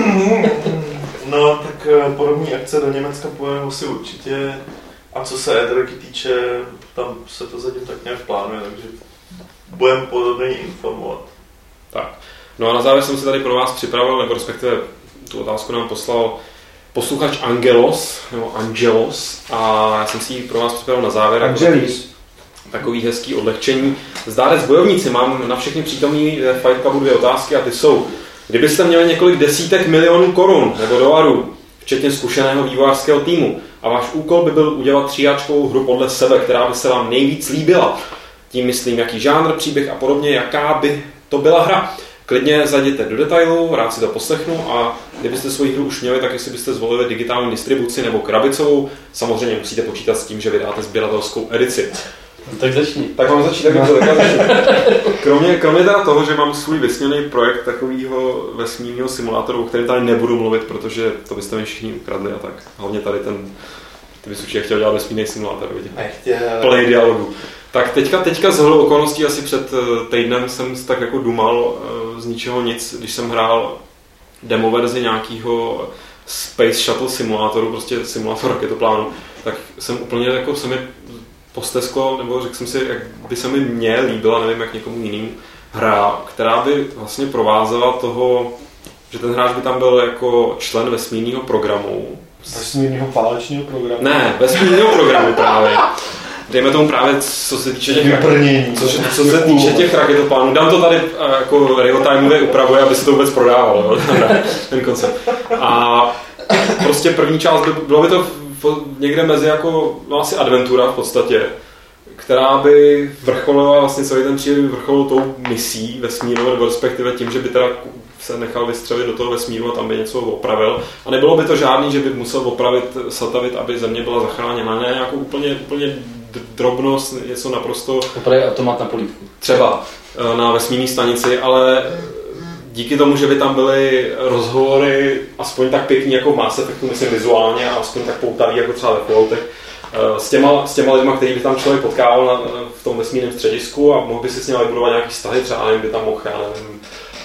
No, tak podobní akce do Německa pojeme si určitě. A co se E tři týče, tam se to zatím tak nějak plánuje, takže budeme podobně informovat. Tak. No a na závěr jsem si tady pro vás připravil, nebo respektive tu otázku nám poslal posluchač Angelos, nebo Angelos, a já jsem si ji pro vás připravil na závěr. Angelis. Takový hezký odlehčení. Zdárec bojovníci, mám na všechny přítomní Fight Clubu dvě otázky a ty jsou: kdybyste měli několik desítek milionů korun nebo dolarů, včetně zkušeného vývojářského týmu, a váš úkol by byl udělat tříáčkovou hru podle sebe, která by se vám nejvíc líbila, tím myslím, jaký žánr, příběh a podobně, jaká by to byla hra. Klidně zajděte do detailu, rád si to poslechnu, a kdybyste svoji hru už měli, tak jestli byste zvolili digitální distribuci nebo krabicovou, samozřejmě musíte počítat s tím, že vydáte sběratelskou edici. No, tak začni. Tak mám začít, tak to tak začni. Kromě, kromě teda toho, že mám svůj vysněný projekt takového vesmírného simulátoru, o kterém tady nebudu mluvit, protože to byste mi všichni ukradli a tak. Hlavně tady ten, ty bys určitě chtěl dělat vesmírný simulátor, vidíte? Plný dialogu. Tak teďka, teďka z hodou okolností asi před týdnem jsem tak jako dumal z ničeho nic, když jsem hrál demo verzi nějakého Space Shuttle simulátoru, prostě simulátor raketoplánu, tak jsem úplně jako se mi postesklo, nebo řekl jsem si, jak by se mi mně líbila, nevím jak někomu jinému, hra, která by vlastně provázela toho, že ten hráč by tam byl jako člen vesmírného programu. Vesmírného válečného programu? Ne, vesmírného programu právě. Dejme tomu právě, co se týče těch, co, co se týče těch raketoplánů. Dám to tady jako real-timeově upravuje, aby se to vůbec prodávalo, ten koncept. A prostě první část, by, bylo by to někde mezi jako, no asi adventura v podstatě, která by vrcholila vlastně celý ten příběh vrcholil tou misí vesmírnou, nebo respektive tím, že by teda se nechal vystřelit do toho vesmíru a tam by něco opravil. A nebylo by to žádný, že by musel opravit satelit, aby Země byla zachráněna. Ne, jako úplně, úplně drobnost, něco naprosto... Opravit automat na polívku. Třeba na vesmírné stanici, ale díky tomu, že by tam byly rozhovory aspoň tak pěkný jako v Mass Effectu, myslím vizuálně, a aspoň tak poutavý jako třeba ve Falloutech, s těma, s těma lidma, který by tam člověk potkával na, v tom vesmírném středisku, a mohl by si s nimi vybudovat nějaký vztahy, třeba nevím, by tam mohl, já nevím,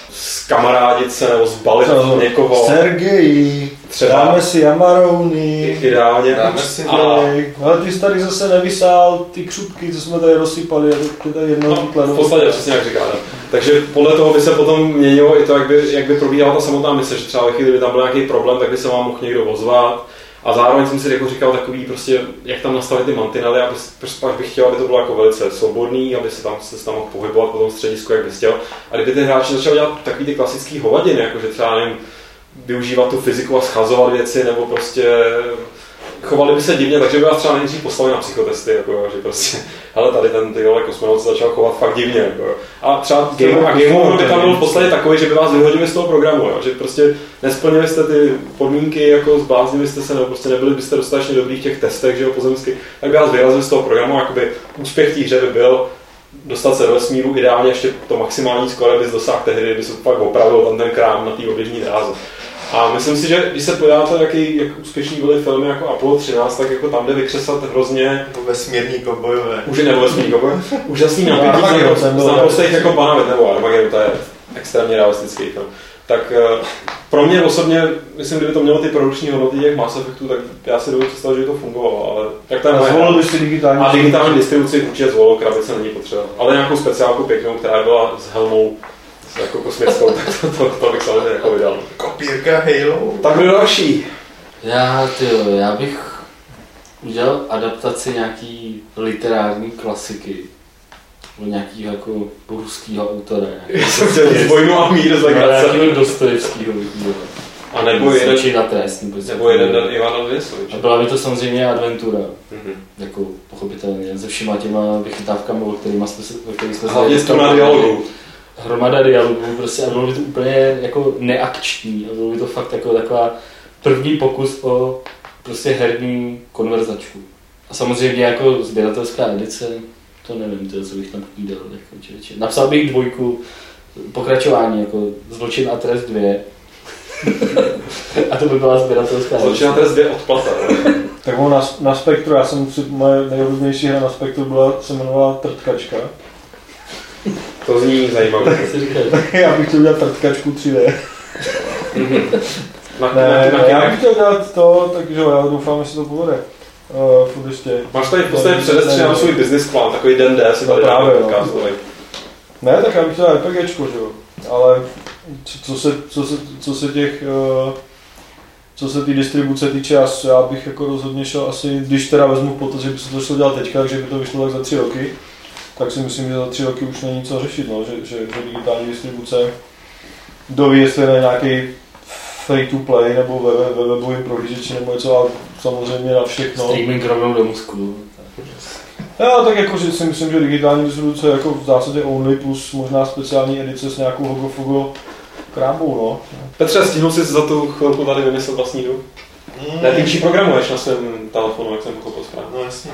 skamarádit se nebo zbalit no, někoho. Sergeji, třeba dáme si Amarouny. Ideálně. Dáme si a... Ale ty jsi tady zase nevysál ty křupky, co jsme tady rozsypali, a ty tady jednou výkladou. V podstatě přesně jak říkáte. Takže podle toho by se potom měnilo i to, jak by, jak by probíhala ta samotná mise, že třeba ve chvíli, kdyby tam byl nějaký problém, tak by se vám mohl někdo ozvat. A zároveň jsem si jako říkal takový prostě, jak tam nastavit ty mantinely, aby prostě pak bych chtěl, aby to bylo jako velice svobodný, aby se tam se tam mohl pohybovat po tom středisku, jak bys chtěl. A kdyby ty hráči začali dělat takový ty klasický hovadiny, jako že třeba nevím, využívat tu fyziku a schazovat věci, nebo prostě chovali by se divně, takže by vás třeba nejdřív poslali na psychotesty, jako, že prostě, hele, tady ten tyhle kosmonaut se začal chovat fakt divně. Jako. A třeba game, a game over by tam byl v podstatě takový, že by vás vyhodili z toho programu, jo, že prostě nesplnili jste ty podmínky, jako zbláznili jste se, nebo prostě nebyli byste dostatečně dobrý v těch testech, že jo, pozemsky, tak by vás vyrazili z toho programu, jakoby úspěch té hře by byl dostat se do vesmíru, ideálně ještě to maximální skóre bys dosáhl tehdy, kdyby se pak opravil tam ten krám na té oběžní dráze. A myslím si, že když se podíváte, jaký, jak úspěšný byly filmy jako Apollo třináct, tak jako tam jde vykřesat hrozně... Jako vesmírní kobojové. Už nebo vesmírní kobojové. Úžasný napětí z naprostých jako Banavit nebo Armageddon, to je extrémně realistický film. Tak pro mě osobně, myslím, kdyby to mělo ty produkční hodnoty těch Mass Effectů, tak já si dovedu představit, že by to fungovalo, ale tak to je moje. Zvolil byste digitální. A digitální distribuci určitě zvolil, krabice není potřeba. Ale nějakou speciálku pěknou, která byla s helmou, jako kosmickou, tak to, to, to bych samozřejmě jako vydal. Kopírka Halo. Tak kdo další? Já, tyjo, já bych udělal adaptaci nějaký literární klasiky. Nebo nějakýho jako ruskýho autora. Já jsem chtěl z Vojnu a mír z legrace. Nějakýho Dostojevskýho bych A nebo jeden, na trest, nebo, nebo jeden Dan Ivana Dvěsovič. A byla by to samozřejmě adventura. Mm-hmm. Jako pochopitelně, se všema těma vychytávkami, o kterými jsme se... Který jsme hlavně to na dialogu. Hromada dialogů, prostě a bylo by to úplně jako neakční a bylo by to fakt jako taková první pokus o prostě herní konverzačku. A samozřejmě jako sběratelská edice, to nevím, to, co bych tam půjdal, jako člověče. Napsal bych dvojku, pokračování, jako Zločin a trest dvě. A to by byla sběratelská edice. Zločin a trest dvě odplata. Tak na, na Spektru, já jsem si, moje nejrůznější hra na Spektru byla, se jmenovala Trtkačka. To zní zajímavé. Já bych chtěl dělat Trtkačku tři dé. na, ne, na, na, ne, já bych chtěl dělat to, takže já doufám, že se to povede. Uh, furt ještě. Máš tady v podstatě předestřený svůj business plán, takový den D, si tady právě, podcastový. Ne, tak já bych chtěl RPGčko, že jo. Ale co se, co se, co se těch, uh, co se té distribuce týče, já, já bych jako rozhodně šel asi, když teda vezmu v potaz, že by se to šlo dělat teďka, takže by to vyšlo tak za tři roky, tak si myslím, že za tři roky už není co řešit, no, že, že, že digitální distribuce doví, jestli je nějaký free to play nebo ve, ve, ve webovým prohlížeči nebo něco, a samozřejmě na všechno. Streaming rovnou do mozku. Já tak jako, že si myslím, že digitální distribuce je jako v zásadě only plus možná speciální edice s nějakou hogo-fogo krámbou, no. Petře, stihnul jsi za tu chvilku tady vymyslet vlastní hru? Mm. Ne, ty čí programuješ na svém telefonu, jak jsem pochopil správně. No jasně.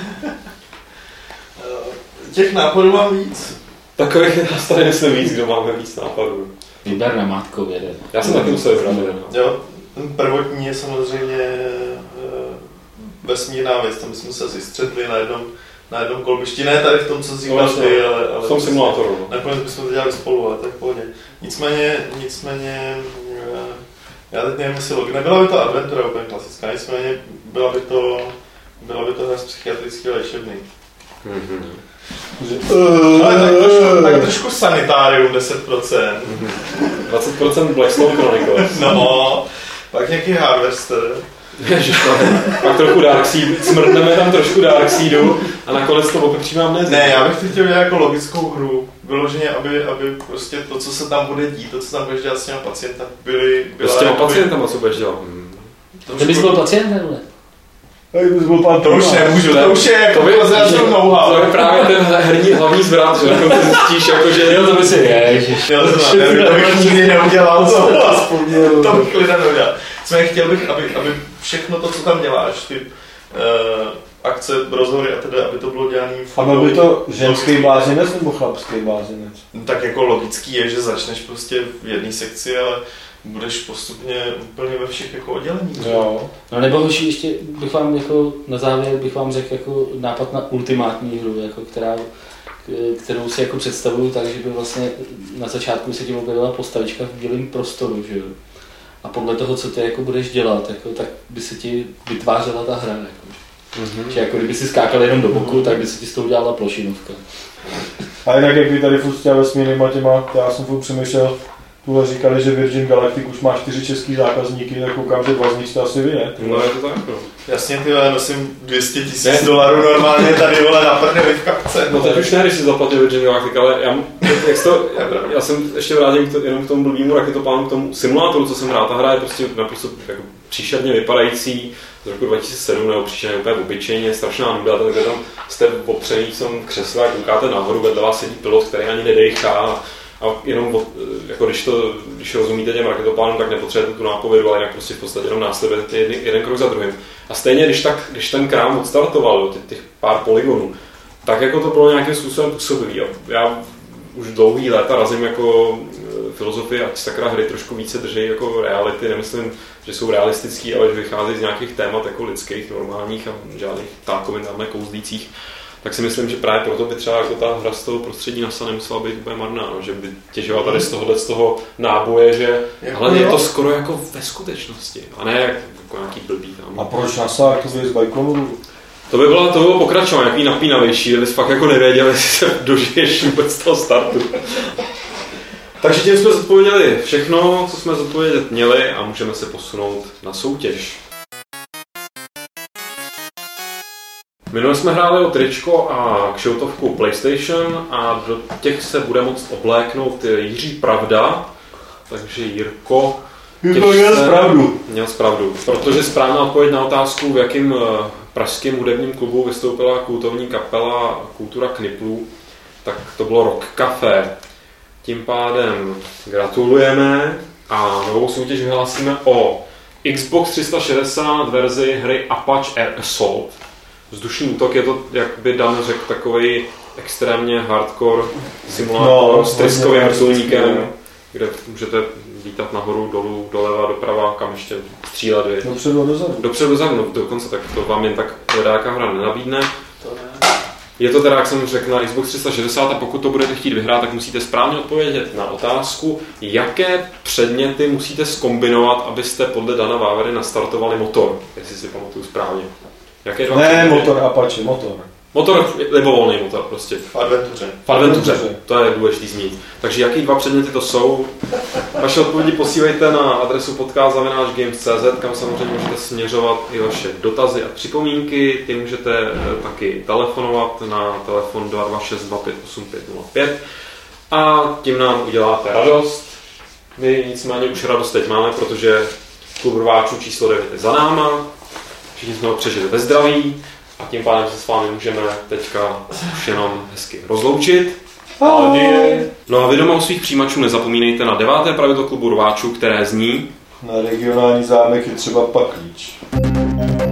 Těch nápadů mám víc. Takových je nás tady myslím víc, kdo máme víc nápadů. Vyber na mátkou jeden. Já jsem taky musel vybrat jeden. Jo, ten prvotní je samozřejmě vesmírná věc, tam jsme se asi střetli na jednom, na jednom kolbišti, ne tady v tom, co říkáš ty, ale, ale v tom simulátoru. Nakonec bychom to dělali spolu, ale tak v pohodě. Nicméně, nicméně, já teď nevím, jestli logika, nebyla by to adventura úplně klasická, nicméně byla by to, byla by to hra z psychiatrický léčebný. Mm-hmm. Uh, ale tak trošku, tak trošku sanitárium deset procent. dvacet procent Blackstone Chronicles. No, pak nějaký Harvester. Ježiško, pak trochu Darkseid, smrdneme tam trošku Darkseedu a nakonec to opepříme amnézii. Ne, já bych to chtěl dělat jako logickou hru, vyloženě, aby, aby prostě to, co se tam bude dít, to, co tam budeš dělat s těma pacienta, byly... S těma pacientama, co budeš dělat? Hmm. Ty bys byl pacientem, ne? Hej, bys byl pan To už nemůžu, to už je jako zračnou know-how. To je právě ten herní hlavní zvrat, že jako ty zjistíš, jako že... Jo, to by si ježiš. Jo, to nevím, to bych nikdy neudělal, to aspoň to bych lidem neudělal. Jsme chtěl bych, aby, aby všechno to, co tam děláš, ty uh, akce, rozhovory a teda, aby to bylo dělané v... A byl by to ženský blázinec nebo chlapský blázinec? Tak jako logický je, že začneš prostě v jedné sekci, ale budeš postupně úplně ve všech jako odděleních. Jo. No nebo hoši, ještě bych vám jako na závěr bych vám řekl jako nápad na ultimátní hru, jako která, kterou si jako představuju tak, že by vlastně na začátku se ti objevila postavička v bílém prostoru, že jo. A podle toho, co ty jako budeš dělat, jako, tak by se ti vytvářela ta hra. Jako. Mm-hmm. Že jako kdyby si skákal jenom do boku, tak by se ti z toho udělala plošinovka. A jinak, jak vy tady furt s těma vesmírnýma těma, já jsem furt přemýšlel, tuhle říkali, že Virgin Galactic už má čtyři český zákazníky, tak koukám, že dva z nich jste asi vy, ne? No je to tak, no. Jasně, ty já nosím dvě stě tisíc dolarů normálně tady, vole, na prdeli v kapce. No teď už ne, když si zaplatil Virgin Galactic, ale já, jak to, já jsem ještě vrátím k to, jenom k tomu blbýmu raketoplánu, k tomu simulátoru, co jsem hrál. Ta hra je prostě naprosto jako příšerně vypadající z roku dva tisíce sedm, nebo příšerně úplně obyčejně, strašná nuda, takže tam jste opřený v tom křesle a koukáte nahoru, vedle vás sedí pilot, který ani nedejchá. A jenom, jako když, to, když rozumíte těm raketoplánům, tak nepotřebujete tu nápovědu, ale jinak prostě v podstatě jenom následujete jeden, jeden krok za druhým. A stejně, když, tak, když ten krám odstartoval, těch, těch pár polygonů, tak jako to bylo nějakým způsobem působivý. Já už dlouhý léta razím jako filozofii, ať sakra hry trošku více drží jako reality, nemyslím, že jsou realistický, ale že vycházejí z nějakých témat jako lidských, normálních a žádných tákovin tam nekouzlících. Tak si myslím, že právě proto by třeba jako ta hra z toho prostředí NASA nemusela být úplně marná, no, že by těžila tady z tohohle z toho náboje, že ale je to skoro jako ve skutečnosti, a ne jako nějaký blbý tam. A proč NASA jako z Bajkonuru? To by bylo, to bylo pokračování, nějaký napínavější, kdybys fakt jako nevěděl, jestli se dožiješ vůbec z toho startu. Takže tím jsme zodpověděli všechno, co jsme zodpovědět měli a můžeme se posunout na soutěž. Minule jsme hráli o tričko a kšiltovku PlayStation a do těch se bude moct obléknout Jiří Pravda, takže Jirko... Jirko měl zpravdu. Měl zpravdu, protože správná odpověď na otázku, v jakém pražském hudebním klubu vystoupila kultovní kapela Kultura Kniplů, tak to bylo Rock Café. Tím pádem gratulujeme a novou soutěž vyhlásíme o Xbox tři sta šedesát verzi hry Apache Air Assault. Vzdušný útok je to, jak by Dan řekl, takový extrémně hardcore simulátor no, s tryskovým vrtulníkem, kde můžete lítat nahoru, dolů, doleva, doprava, kam ještě střílet. Dopředu a dozadu. Dopředu dozadu, no, dokonce tak to vám jen tak ledáka hra nenabídne. To ne. Je to teda, jak jsem řekl, na Xbox tři sta šedesát a pokud to budete chtít vyhrát, tak musíte správně odpovědět na otázku, jaké předměty musíte zkombinovat, abyste podle Dana Vávery nastartovali motor, jestli si pamatuju správně. Jaké dva ne, předměty? motor Apache, motor. Motor, libovolný motor prostě. V adventuře. V adventuře, to je důležitý zmínit. Takže jaký dva předměty to jsou? Vaše odpovědi posílejte na adresu podcast zavináč games tečka cé zet, kam samozřejmě můžete směřovat i vaše dotazy a připomínky. Ty můžete taky telefonovat na telefon dva dva šest dva pět osm pět nula pět a tím nám uděláte radost. My nicméně už radost teď máme, protože klub rváčů číslo devět je za náma. Všichni jsme ho přežili ve zdraví. A tím pádem se s vámi můžeme teďka už jenom hezky rozloučit. No a vy doma u svých přijímačů nezapomínejte na deváté pravidlo klubu rváčů, které zní: na regionální zámek je třeba paklíč.